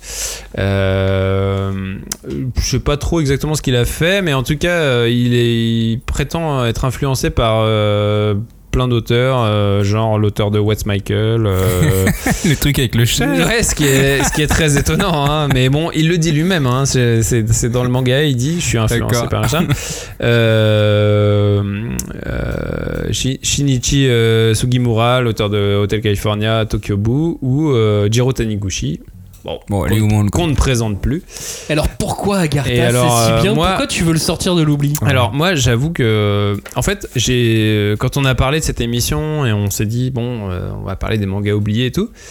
Je sais pas trop exactement ce qu'il a fait, mais en tout cas, il prétend être influencé par. Plein d'auteurs, genre l'auteur de What's Michael, les trucs avec le chat. Ouais, ce qui est très étonnant, hein. Mais bon, il le dit lui-même, hein. C'est dans le manga, il dit je suis influencé par un chat. Shinichi Sugimura, l'auteur de Hotel California, Tokyo Boo, ou Jiro Taniguchi, Bon, allez, au moins qu'on ne présente plus. Alors pourquoi Agartha alors, c'est si bien, moi, pourquoi tu veux le sortir de l'oubli? Alors moi j'avoue que en fait quand on a parlé de cette émission et on s'est dit on va parler des mangas oubliés et tout,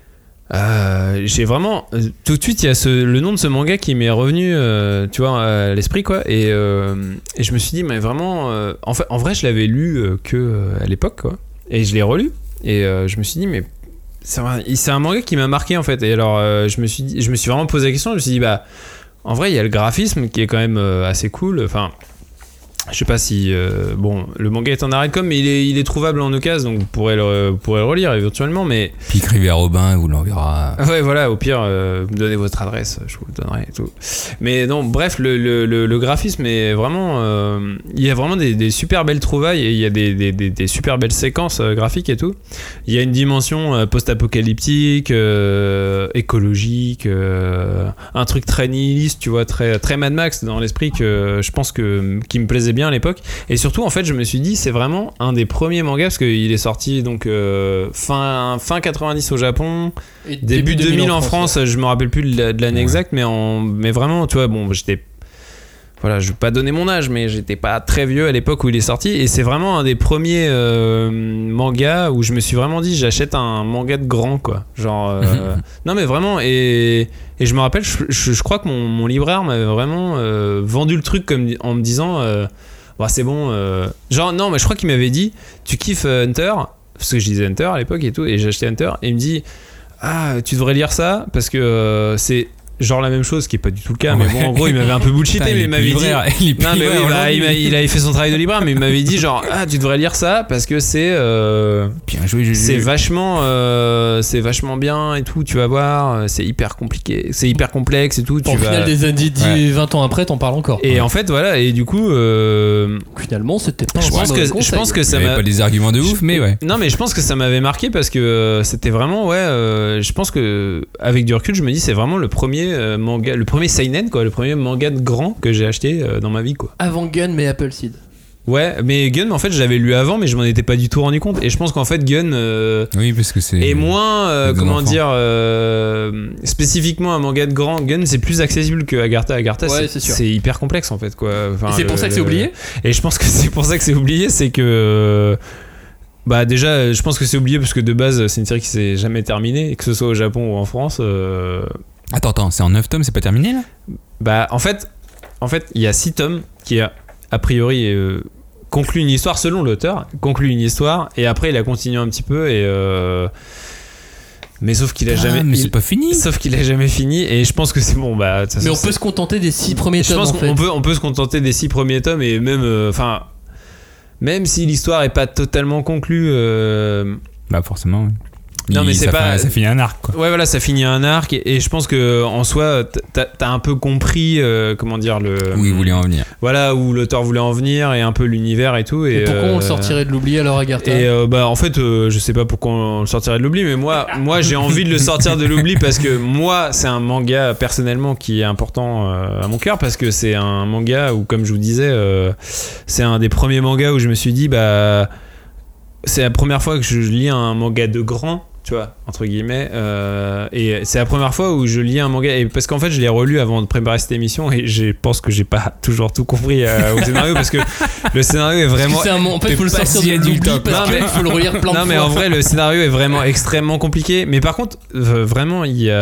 j'ai vraiment tout de suite il y a le nom de ce manga qui m'est revenu tu vois à l'esprit quoi, et je me suis dit mais vraiment en vrai je l'avais lu que à l'époque quoi, et je l'ai relu et je me suis dit mais c'est un manga qui m'a marqué en fait, et alors je me suis vraiment posé la question, je me suis dit bah en vrai il y a le graphisme qui est quand même assez cool, enfin je sais pas si le manga est en arrêt-com mais il est trouvable en occasion, donc vous pourrez le relire éventuellement, mais puis écrivez à Robin, vous l'enverra. Ouais voilà, au pire me donnez votre adresse, je vous le donnerai et tout. Mais non, bref, le graphisme est vraiment il y a vraiment des super belles trouvailles, et il y a des super belles séquences graphiques et tout. Il y a une dimension post-apocalyptique, écologique, un truc très nihiliste, tu vois, très très Mad Max dans l'esprit, que je pense qui me plaisait bien à l'époque. Et surtout en fait je me suis dit c'est vraiment un des premiers mangas, parce qu'il est sorti donc fin 90 au Japon, et début 2000 en France, ouais. Je me rappelle plus de l'année exacte, mais vraiment tu vois, j'étais, voilà, je vais pas donner mon âge, mais j'étais pas très vieux à l'époque où il est sorti, et c'est vraiment un des premiers mangas où je me suis vraiment dit j'achète un manga de grand quoi, genre non mais vraiment, et je me rappelle, je crois que mon libraire m'avait vraiment vendu le truc comme en me disant c'est bon, genre non, mais je crois qu'il m'avait dit tu kiffes Hunter, parce que je disais Hunter à l'époque et tout, et j'ai acheté Hunter, et il me dit tu devrais lire ça parce que c'est genre la même chose, qui est pas du tout le cas, mais bon en gros il m'avait un peu bullshité, mais il m'avait dit non mais oui, il avait fait son travail de libraire, mais il m'avait dit genre tu devrais lire ça parce que c'est bien joué, c'est vachement bien et tout, tu vas voir, c'est hyper compliqué, c'est hyper complexe et tout, au final des années 20 ans après t'en parles encore, et en fait voilà, et du coup finalement c'était pas je pense que ça m'a pas des arguments de ouf, mais ouais, non mais je pense que ça m'avait marqué parce que c'était vraiment je pense que avec du recul je me dis c'est vraiment le premier manga, le premier seinen quoi, le premier manga de grand que j'ai acheté dans ma vie quoi. Avant Gun mais Appleseed. Ouais, mais Gun en fait je l'avais lu avant, mais je m'en étais pas du tout rendu compte, et je pense qu'en fait Gun oui, parce que c'est est moins comment dire spécifiquement un manga de grand. Gun c'est plus accessible que Agartha. Ouais, c'est hyper complexe en fait quoi. Enfin, et c'est pour ça que c'est oublié. Et je pense que c'est pour ça que c'est oublié, c'est que bah déjà je pense que c'est oublié parce que de base c'est une série qui s'est jamais terminée, que ce soit au Japon ou en France. Attends, c'est en 9 tomes, c'est pas terminé là? Bah en fait il y a 6 tomes qui a priori conclut une histoire, selon l'auteur, conclut une histoire, et après il a continué un petit peu, et mais sauf qu'il a jamais, mais c'est pas fini. Sauf qu'il a jamais fini, et je pense que c'est bon, bah mais on peut se contenter des 6 premiers tomes. Je pense qu'on peut se contenter des 6 premiers tomes, et même même si l'histoire est pas totalement conclue, bah forcément oui. Non mais c'est pas, ça finit un arc quoi. Ouais voilà, ça finit un arc, et je pense que en soi t'as un peu compris comment dire où il voulait en venir. Voilà, où l'auteur voulait en venir, et un peu l'univers et tout. Et pourquoi on le sortirait de l'oubli alors, Agartha? Et bah en fait je sais pas pourquoi on le sortirait de l'oubli, mais moi j'ai envie de le sortir de l'oubli parce que moi c'est un manga personnellement qui est important à mon cœur, parce que c'est un manga où, comme je vous disais, c'est un des premiers mangas où je me suis dit bah c'est la première fois que je lis un manga de grand, tu vois, entre guillemets, et c'est la première fois où je lis un manga, et parce qu'en fait je l'ai relu avant de préparer cette émission, et je pense que j'ai pas toujours tout compris au scénario, parce que le scénario est vraiment, en fait il faut le sortir de l'oubli parce qu'il faut le relire plein de fois. Non mais en vrai le scénario est vraiment extrêmement compliqué, mais par contre vraiment il y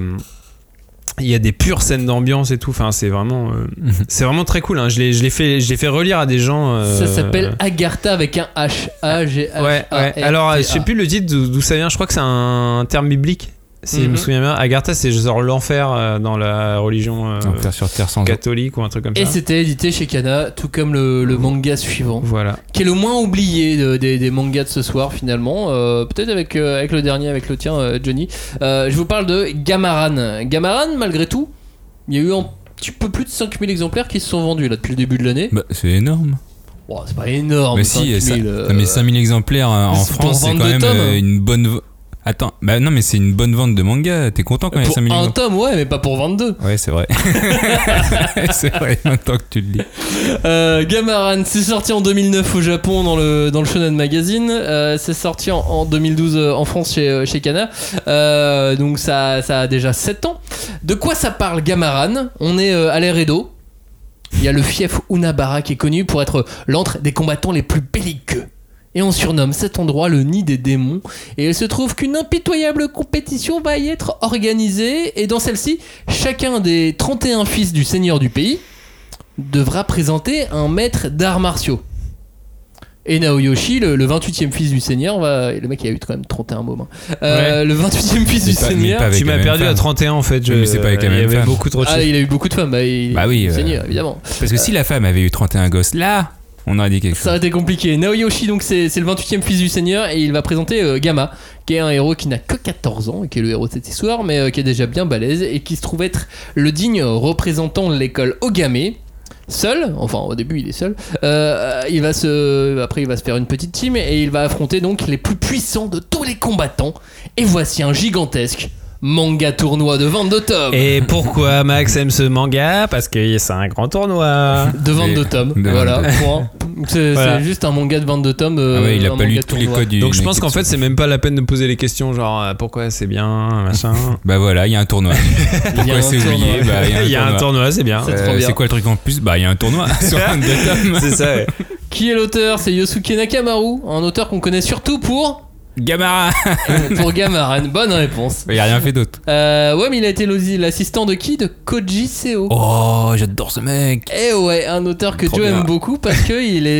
a des pures scènes d'ambiance et tout, enfin c'est vraiment très cool, hein. Je l'ai fait relire à des gens. Ça s'appelle Agartha avec un H. Ouais. Alors je sais plus le titre d'où ça vient, je crois que c'est un terme biblique, si je me souviens bien. Agartha c'est genre l'enfer dans la religion sur terre sans catholique ou un truc comme ça. Et c'était édité chez Kana, tout comme le manga suivant. Voilà. Qui est le moins oublié des mangas de ce soir finalement. Peut-être avec le dernier, avec le tien, Johnny. Je vous parle de Gamaran. Gamaran, malgré tout, il y a eu un petit peu plus de 5000 exemplaires qui se sont vendus là depuis le début de l'année. Bah, c'est énorme. Bon, c'est pas énorme. Mais si, mais 5000 exemplaires en France, c'est quand même une bonne. Attends, bah non, mais c'est une bonne vente de manga. T'es content quand il y a Pour 5 millions? un tome, ouais, mais pas pour 22. Ouais, c'est vrai. C'est vrai, maintenant que tu le dis. Gamaran, c'est sorti en 2009 au Japon dans le Shonen Magazine. C'est sorti en 2012 en France chez Kana. Donc ça a déjà 7 ans. De quoi ça parle, Gamaran? On est à l'ère Edo. Il y a le fief Unabara qui est connu pour être l'antre des combattants les plus belliqueux. Et on surnomme cet endroit le nid des démons. Et il se trouve qu'une impitoyable compétition va y être organisée. Et dans celle-ci, chacun des 31 fils du seigneur du pays devra présenter un maître d'arts martiaux. Et Naoyoshi, le 28e fils du seigneur, le mec il a eu quand même 31 mômes. Le 28e fils du seigneur. Tu m'as perdu à 31 en fait. Mais c'est pas avec la même femme. Il y avait beaucoup trop de Ah, il a eu beaucoup de femmes. Bah oui, seigneur, évidemment. Parce que si la femme avait eu 31 gosses, là, on aurait dit quelque chose. Ça aurait été compliqué. Naoyoshi, donc c'est le 28e fils du seigneur, et il va présenter Gamma, qui est un héros qui n'a que 14 ans, et qui est le héros de cette histoire, mais qui est déjà bien balèze, et qui se trouve être le digne représentant de l'école Ogame. Seul, enfin au début il est seul, après il va se faire une petite team, et il va affronter donc les plus puissants de tous les combattants. Et voici un gigantesque manga tournoi de 22 tomes. Et pourquoi Max aime ce manga? Parce que c'est un grand tournoi de 22 tomes. Voilà, point. C'est juste un manga de 22 tomes. Il a pas lu tous les codes du. Donc je pense qu'en fait c'est même pas la peine de poser les questions genre pourquoi c'est bien, machin. Bah voilà, il y a un tournoi. Pourquoi c'est oublié? Il y a un tournoi, c'est bien. C'est quoi le truc en plus? Bah il y a un tournoi sur 22 tomes. C'est ça, ouais. Qui est l'auteur? C'est Yosuke Nakamaru, un auteur qu'on connaît surtout pour Gamaran. Pour Gamaran, bonne réponse. Il a rien fait d'autre. Ouais, mais il a été l'assistant de qui? De Koji Seo. Oh, j'adore ce mec. Et ouais, un auteur que Joe aime beaucoup parce que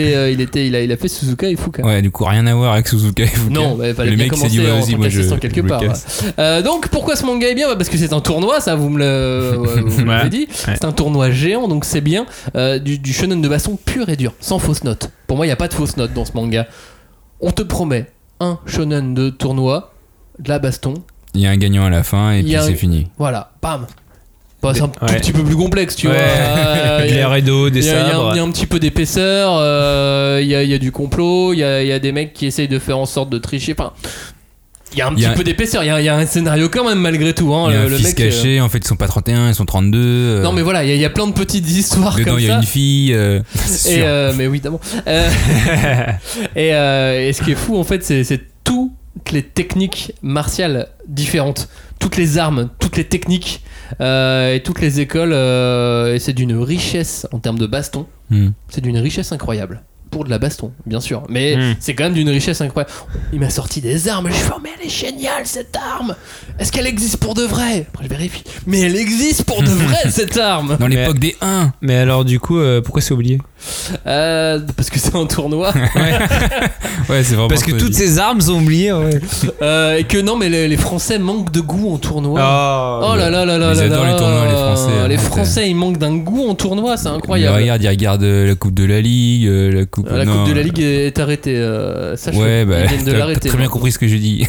il a fait Suzuka et Fuka. Ouais, du coup rien à voir avec Suzuka et Fuka. Non, mais fallait bien commencer en tant qu'assistant quelque part. Donc pourquoi ce manga est bien? Parce que c'est un tournoi, ça vous me l'avez dit. Ouais. C'est un tournoi géant, donc c'est bien. Du shonen de baston pur et dur, sans fausse note. Pour moi, il y a pas de fausse note dans ce manga. On te promet un shonen de tournoi, de la baston. Il y a un gagnant à la fin et puis c'est fini. Voilà, bam. C'est un tout petit peu plus complexe, tu vois. De l'air et d'eau, des sabres. Il y a un petit peu d'épaisseur, il y a du complot, il y a des mecs qui essayent de faire en sorte de tricher. Enfin, il y a un petit peu d'épaisseur, il y a un scénario quand même malgré tout. Hein. Il y a un fils caché, en fait ils sont pas 31, ils sont 32. Non mais voilà, il y a plein de petites histoires dedans, comme ça. Il y a une fille. Mais oui, évidemment. Et ce qui est fou en fait, c'est toutes les techniques martiales différentes, toutes les armes, toutes les techniques et toutes les écoles. Et c'est d'une richesse en termes de baston. C'est d'une richesse incroyable. Pour de la baston, bien sûr, mais c'est quand même d'une richesse incroyable. Il m'a sorti des armes, je fais mais elle est géniale cette arme. Est-ce qu'elle existe pour de vrai? Après je vérifie. Mais elle existe pour de vrai cette arme. Dans l'époque des 1. Mais alors du coup, pourquoi c'est oublié? Parce que c'est un tournoi. Ouais, c'est vraiment. Parce que toutes ces armes sont oubliées. Ouais. Et que non, mais les Français manquent de goût en tournoi. Oh là là là là. Ils adorent les tournois, les Français. Les Français, ils manquent d'un goût en tournoi, c'est incroyable. Ils regardent la Coupe de la Ligue, la Coupe. La Coupe de la Ligue est arrêtée. Sache ouais, bah, ils viennent de l'arrêter. Très bien compris ce que je dis.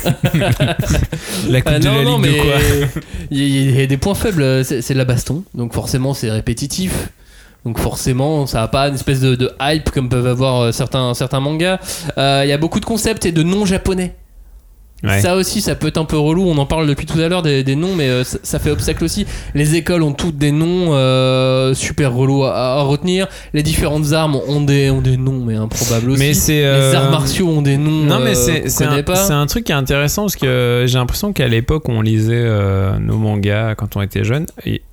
La Coupe de la Ligue de quoi? Il y a des points faibles. C'est de la baston, donc forcément c'est répétitif. Donc forcément, ça n'a pas une espèce de hype comme peuvent avoir certains mangas. Il y a beaucoup de concepts et de noms japonais. Ouais. Ça aussi, ça peut être un peu relou. On en parle depuis tout à l'heure des noms, mais ça fait obstacle aussi. Les écoles ont toutes des noms super relous à retenir. Les différentes armes ont des noms, mais improbables aussi. Mais les arts martiaux ont des noms. Non, mais c'est un truc qui est intéressant parce que j'ai l'impression qu'à l'époque où on lisait nos mangas quand on était jeunes,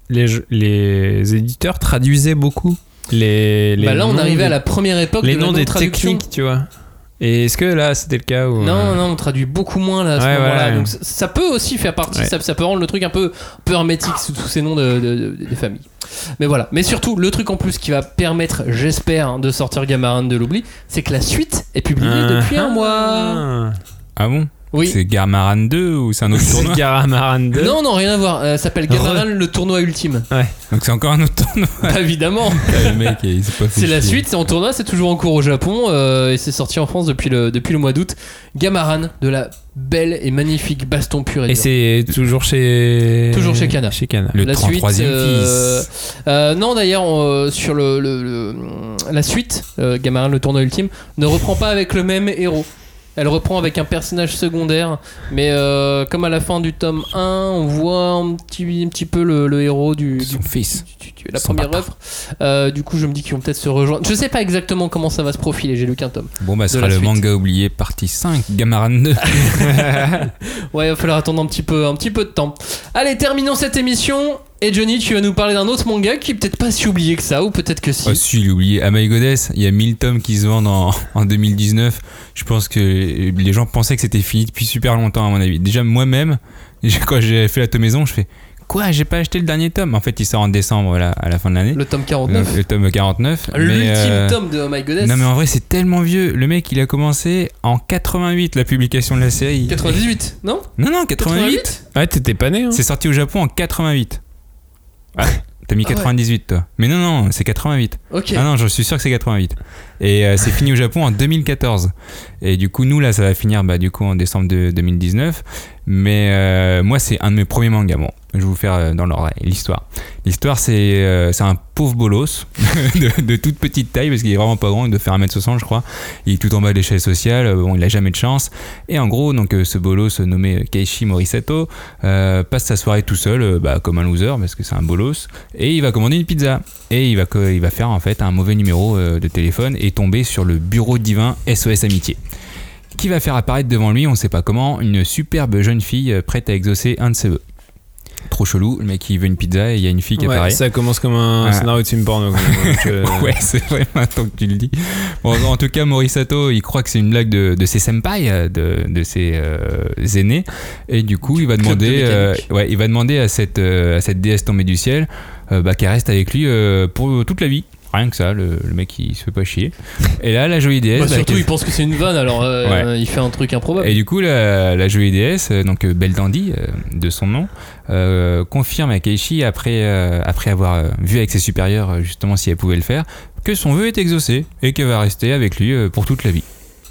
les éditeurs traduisaient beaucoup les là, on arrivait à la première époque les de noms des traduction. techniques, tu vois. Et est-ce que là c'était le cas où Non, on traduit beaucoup moins là à ce moment-là. Donc ça peut aussi faire partie, ça peut rendre le truc un peu hermétique sous tous ces noms des familles. Mais voilà. Mais surtout, le truc en plus qui va permettre, j'espère, de sortir Gamaran de l'oubli, c'est que la suite est publiée depuis un mois. Ah bon? Oui. C'est Gamaran 2 ou c'est un autre tournoi? C'est Gamaran 2. Non, rien à voir. Ça s'appelle Gamaran le tournoi ultime. Ouais. Donc c'est encore un autre tournoi. Évidemment. Le mec, il s'est pas fait c'est la suite, c'est en tournoi, c'est toujours en cours au Japon et c'est sorti en France depuis le mois d'août. Gamaran, de la belle et magnifique baston pure et dure. Et c'est toujours chez Kana. Chez Kana. Le la 33e suite, fils. Non, d'ailleurs, sur la suite, Gamaran le tournoi ultime ne reprend pas avec le même héros. Elle reprend avec un personnage secondaire, mais comme à la fin du tome 1, on voit un petit peu le héros son fils. La première œuvre. Du coup, je me dis qu'ils vont peut-être se rejoindre. Je sais pas exactement comment ça va se profiler, j'ai lu qu'un tome. Bon, bah, ce sera le manga oublié, partie 5, Gamaran 2. Ouais, il va falloir attendre un petit peu de temps. Allez, terminons cette émission. Et Johnny, tu vas nous parler d'un autre manga qui est peut-être pas si oublié que ça, ou peut-être que si. Oh, si, il est oublié. Oh My Goddess, il y a 1000 tomes qui se vendent en 2019. Je pense que les gens pensaient que c'était fini depuis super longtemps, à mon avis. Déjà, moi-même, quand j'ai fait la tomaison, je fais quoi, j'ai pas acheté le dernier tome. En fait, il sort en décembre, là, à la fin de l'année. Le tome 49. Le tome 49. L'ultime tome de Oh My Goddess. Non, mais en vrai, c'est tellement vieux. Le mec, il a commencé en 88, la publication de la série. 98, non ? Non, 88. Ouais, t'étais pas né, hein. C'est sorti au Japon en 88. Ah, t'as mis 98, toi. Mais non, c'est 88. Ok. Ah non, je suis sûr que c'est 88. Et c'est fini au Japon en 2014. Et du coup, nous, là, ça va finir du coup en décembre 2019. Mais moi, c'est un de mes premiers mangas. Bon, je vais vous faire dans l'ordre l'histoire. L'histoire, c'est un pauvre bolos de toute petite taille, parce qu'il est vraiment pas grand, il doit faire 1m60, je crois. Il est tout en bas de l'échelle sociale, bon, il a jamais de chance. Et en gros, donc, ce bolos nommé Keiichi Morisato passe sa soirée tout seul, comme un loser, parce que c'est un bolos, et il va commander une pizza. Et il va faire en fait un mauvais numéro de téléphone et tomber sur le bureau divin SOS Amitié, qui va faire apparaître devant lui, on sait pas comment, une superbe jeune fille prête à exaucer un de ses vœux. Trop chelou, le mec il veut une pizza et il y a une fille qui apparaît. Ça commence comme un scénario de film porno. Ouais, c'est vrai maintenant que tu le dis. Bon, en tout cas, Morisato, il croit que c'est une blague de ses senpai, de ses aînés, et du coup, il va demander à cette déesse tombée du ciel qu'elle reste avec lui pour toute la vie. Rien que ça, le mec il se fait pas chier. Et là, la jolie déesse. Surtout, il pense que c'est une vanne, alors il fait un truc improbable. Et du coup, la jolie déesse, donc Belle Dandy, de son nom, confirme à Keiichi, après avoir vu avec ses supérieurs justement si elle pouvait le faire, que son vœu est exaucé et qu'elle va rester avec lui pour toute la vie.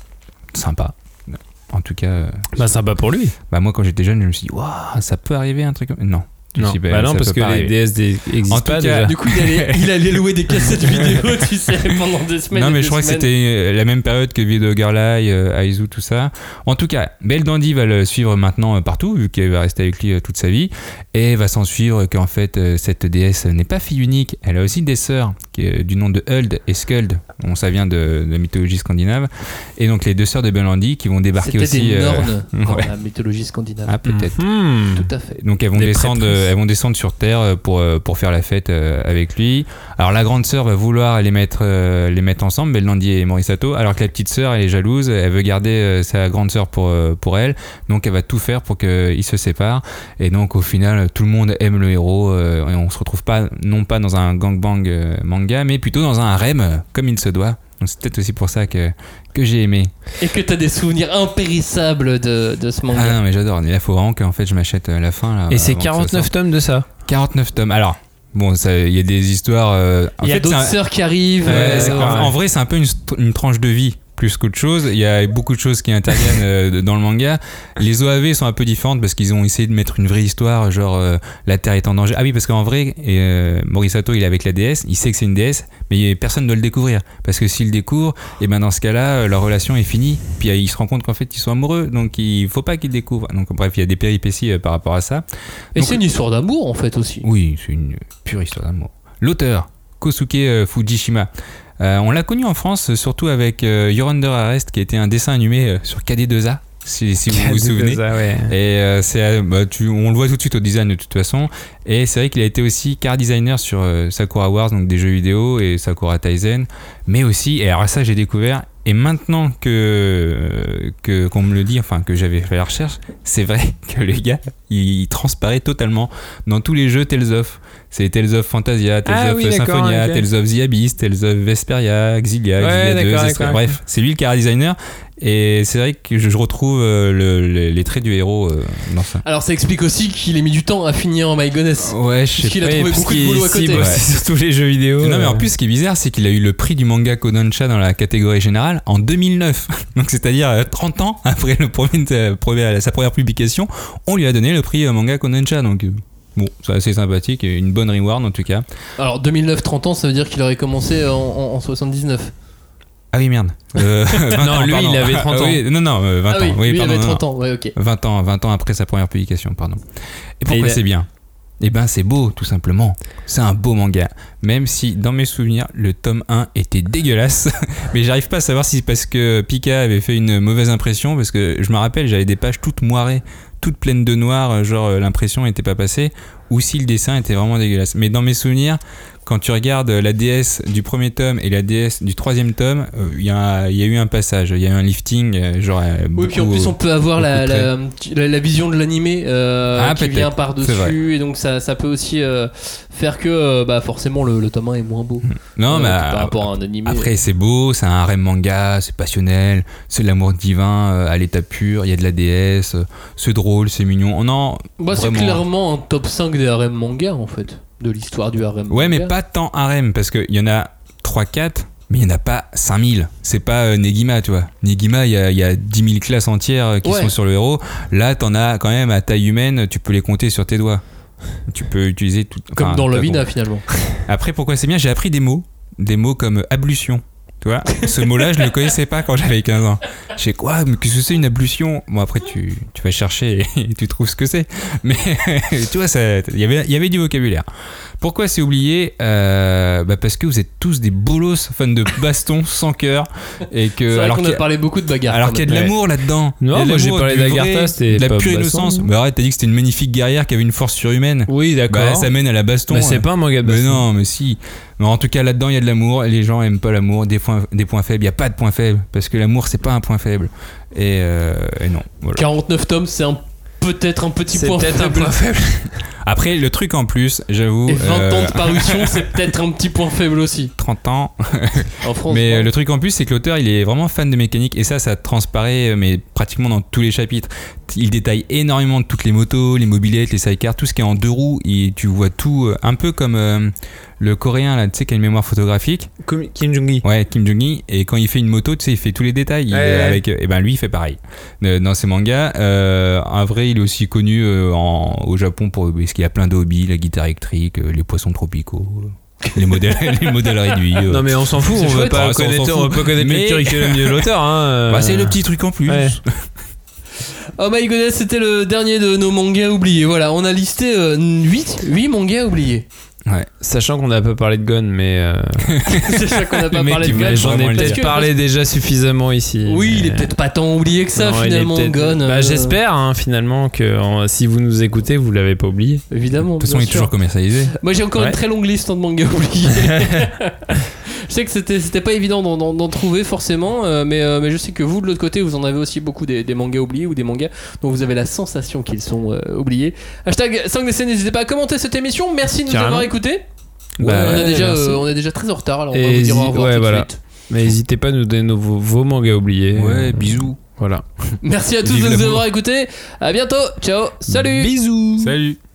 Sympa. En tout cas. Sympa pour lui. Moi, quand j'étais jeune, je me suis dit, waouh, ça peut arriver un truc comme. Non. Non, non, parce que les DS existent pas déjà. Du coup, il allait louer des cassettes vidéo, tu sais, pendant des semaines. Non, mais je crois que c'était la même période que Video Girl Eye, Aizu, tout ça. En tout cas, Belle Dandy va le suivre maintenant partout, vu qu'elle va rester avec lui toute sa vie. Et va s'en suivre qu'en fait, cette déesse n'est pas fille unique. Elle a aussi des sœurs, du nom de Huld et Skuld. Bon, ça vient de la mythologie scandinave. Et donc, les deux sœurs de Belle Dandy qui vont débarquer c'était aussi. C'était des Nornes dans la mythologie scandinave. Ah, peut-être. Tout à fait. Donc, elles vont descendre sur Terre pour faire la fête avec lui. Alors la grande sœur va vouloir les mettre ensemble, Belle Dandy et Morisato, alors que la petite sœur elle est jalouse, elle veut garder sa grande sœur pour elle, donc elle va tout faire pour qu'ils se séparent. Et donc au final tout le monde aime le héros et on se retrouve non pas dans un gangbang manga, mais plutôt dans un harem comme il se doit. Donc c'est peut-être aussi pour ça que j'ai aimé. Et que t'as des souvenirs impérissables de ce manga. Ah non, mais j'adore. Et là, faut vraiment qu'en fait je m'achète la fin. Là, et c'est 49 tomes de ça. 49 tomes. Alors, bon, il y a des histoires. Il y a d'autres sœurs qui arrivent. En vrai, c'est un peu une tranche de vie. Plus qu'autre chose, il y a beaucoup de choses qui interviennent dans le manga. Les OAV sont un peu différentes parce qu'ils ont essayé de mettre une vraie histoire, genre la Terre est en danger. Ah oui, parce qu'en vrai, Morisato il est avec la déesse, il sait que c'est une déesse, mais personne ne doit le découvrir. Parce que s'il le découvre, et ben dans ce cas-là, leur relation est finie. Puis il se rend compte qu'en fait ils sont amoureux, donc il faut pas qu'il découvre. Donc bref, il y a des péripéties par rapport à ça. Et donc, c'est une histoire d'amour en fait aussi. Oui, c'est une pure histoire d'amour. L'auteur, Kosuke Fujishima. On l'a connu en France surtout avec You're Under Arrest qui était un dessin animé sur KD2A si vous vous souvenez. Ouais. Et on le voit tout de suite au design de toute façon. Et c'est vrai qu'il a été aussi car designer sur Sakura Wars, donc des jeux vidéo, et Sakura Taizen, mais aussi, et alors ça j'ai découvert, et maintenant qu'on me le dit, enfin que j'avais fait la recherche, c'est vrai que le gars il transparaît totalement dans tous les jeux Tales of. C'est Tales of Fantasia, Tales of Symphonia, okay. Tales of The Abyss, Tales of Vesperia, Xillia, Xillia 2, bref, c'est lui le car designer. Et c'est vrai que je retrouve les traits du héros dans ça. Alors ça explique aussi qu'il ait mis du temps à finir en My Goddess. Ouais, je sais pas. Parce qu'il a trouvé beaucoup de boulot à côté. Ouais. C'est surtout les jeux vidéo. Non mais en plus ce qui est bizarre c'est qu'il a eu le prix du manga Kodansha dans la catégorie générale en 2009. Donc c'est-à-dire 30 ans après sa première publication, on lui a donné le prix manga Kodansha. Donc bon, c'est assez sympathique et une bonne reward en tout cas. Alors 2009, 30 ans, ça veut dire qu'il aurait commencé en 79. Ah oui, merde. 20 Non, ans, lui, pardon. il avait 30 ans. Oui, non, 20 Ah ans. oui, Oui, lui, il pardon, avait non, 30 ans, ouais, ok. 20 ans après sa première publication, pardon. Et pourquoi Et il a- c'est bien? Eh ben, c'est beau, tout simplement. C'est un beau manga. Même si, dans mes souvenirs, le tome 1 était dégueulasse. Mais j'arrive pas à savoir si c'est parce que Pika avait fait une mauvaise impression. Parce que je me rappelle, j'avais des pages toutes moirées, toutes pleines de noir, genre l'impression était pas passée. Ou si le dessin était vraiment dégueulasse. Mais dans mes souvenirs, quand tu regardes la DS du premier tome et la DS du troisième tome, il y a eu un passage, il y a eu un lifting, genre. Oui, puis en plus on peut avoir la vision de l'animé qui peut-être. vient C'est vrai. par-dessus, et donc ça peut aussi faire que forcément le tome 1 est moins beau Non, mais par rapport à un animé. après c'est beau, c'est un harem manga, c'est passionnel, c'est de l'amour divin à l'état pur, il y a de la DS, c'est drôle, c'est mignon. Non, Bah, c'est vraiment. clairement un top 5 des harem manga en fait, de l'histoire du harem Ouais, manga. mais pas tant harem, parce qu'il y en a 3-4, mais il n'y en a pas 5000. C'est pas Negima, tu vois. Negima, il y a 10 000 classes entières qui sont sur le héros. Là, t'en as quand même à taille humaine, tu peux les compter sur tes doigts. Tu peux utiliser tout. Comme dans Lovina finalement. Après, pourquoi c'est bien? J'ai appris des mots comme ablution. Tu vois, ce mot-là, je ne le connaissais pas quand j'avais 15 ans. Je sais quoi, mais qu'est-ce que c'est une ablution? Bon, après, tu vas chercher et tu trouves ce que c'est. Mais tu vois, il y avait du vocabulaire. Pourquoi c'est oublié? Parce que vous êtes tous des bolos fans de baston sans cœur. Et que, C'est vrai alors qu'on a parlé beaucoup de bagarre. alors qu'il y a de l'amour là-dedans. Non, Il y a de moi, j'ai l'amour, parlé du d'Agartha, vrai, c'était de la pas pure baston. innocence. Mais arrête, t'as dit que c'était une magnifique guerrière qui avait une force surhumaine. Oui, d'accord. Bah, ça mène à la baston. Mais c'est pas un manga de Mais baston. non, mais si. Mais en tout cas, là-dedans, il y a de l'amour. Et les gens aiment pas l'amour. Des points faibles. Il n'y a pas de points faibles. Parce que l'amour, c'est pas un point faible. Et non. Voilà. 49 tomes, c'est peut-être un petit point faible. Après, le truc en plus, j'avoue. Et 20 ans de parution, c'est peut-être un petit point faible aussi. 30 ans. En France. Mais ouais. le truc en plus, c'est que l'auteur, il est vraiment fan de mécanique. Et ça transparaît, mais pratiquement dans tous les chapitres. Il détaille énormément de toutes les motos, les mobylettes, les sidecars, tout ce qui est en deux roues. Et tu vois tout, un peu comme le coréen, là, tu sais, qui a une mémoire photographique. Kim Jong-gi. Ouais, Kim Jong-gi. Et quand il fait une moto, tu sais, il fait tous les détails. Et ben lui, il fait pareil. Dans ses mangas. En vrai, il est aussi connu au Japon parce qu'il y a plein de hobbies, la guitare électrique, les poissons tropicaux. Les modèles réduits. Non, mais on s'en fout, on veut pas on s'en connaître, fout. on peut connaître Mais- le curriculum de l'auteur. Hein. C'est le petit truc en plus. Ouais. Oh my goodness, c'était le dernier de nos mangas oubliés. Voilà, on a listé 8 mangas oubliés. Ouais. Sachant qu'on n'a pas parlé de Gon, mais C'est ça qu'on n'a pas Le mec, parlé de il voulait Gon. j'en ai vraiment le peut-être dire. parlé déjà suffisamment ici. Oui, il est mais- peut-être pas tant oublié que ça Non, il est finalement, peut-être- Gon. Bah, j'espère hein, finalement que si vous nous écoutez, vous l'avez pas oublié. Évidemment. De toute façon, bien il est toujours sûr. commercialisé. Moi j'ai encore Ouais. une très longue liste de mangas oubliés. Je sais que c'était pas évident d'en trouver forcément, mais je sais que vous de l'autre côté vous en avez aussi beaucoup des mangas oubliés ou des mangas dont vous avez la sensation qu'ils sont oubliés. Hashtag 5DC, n'hésitez pas à commenter cette émission. Merci de nous Carrément. avoir écoutés. Bah, on est déjà très en retard, alors on va Et vous dire au revoir ouais, tout de voilà. suite. Mais n'hésitez pas à nous donner vos mangas oubliés. Ouais, bisous. Voilà. Merci à tous Vive de nous l'amour. avoir écoutés. À bientôt. Ciao. Salut. Bisous. Salut.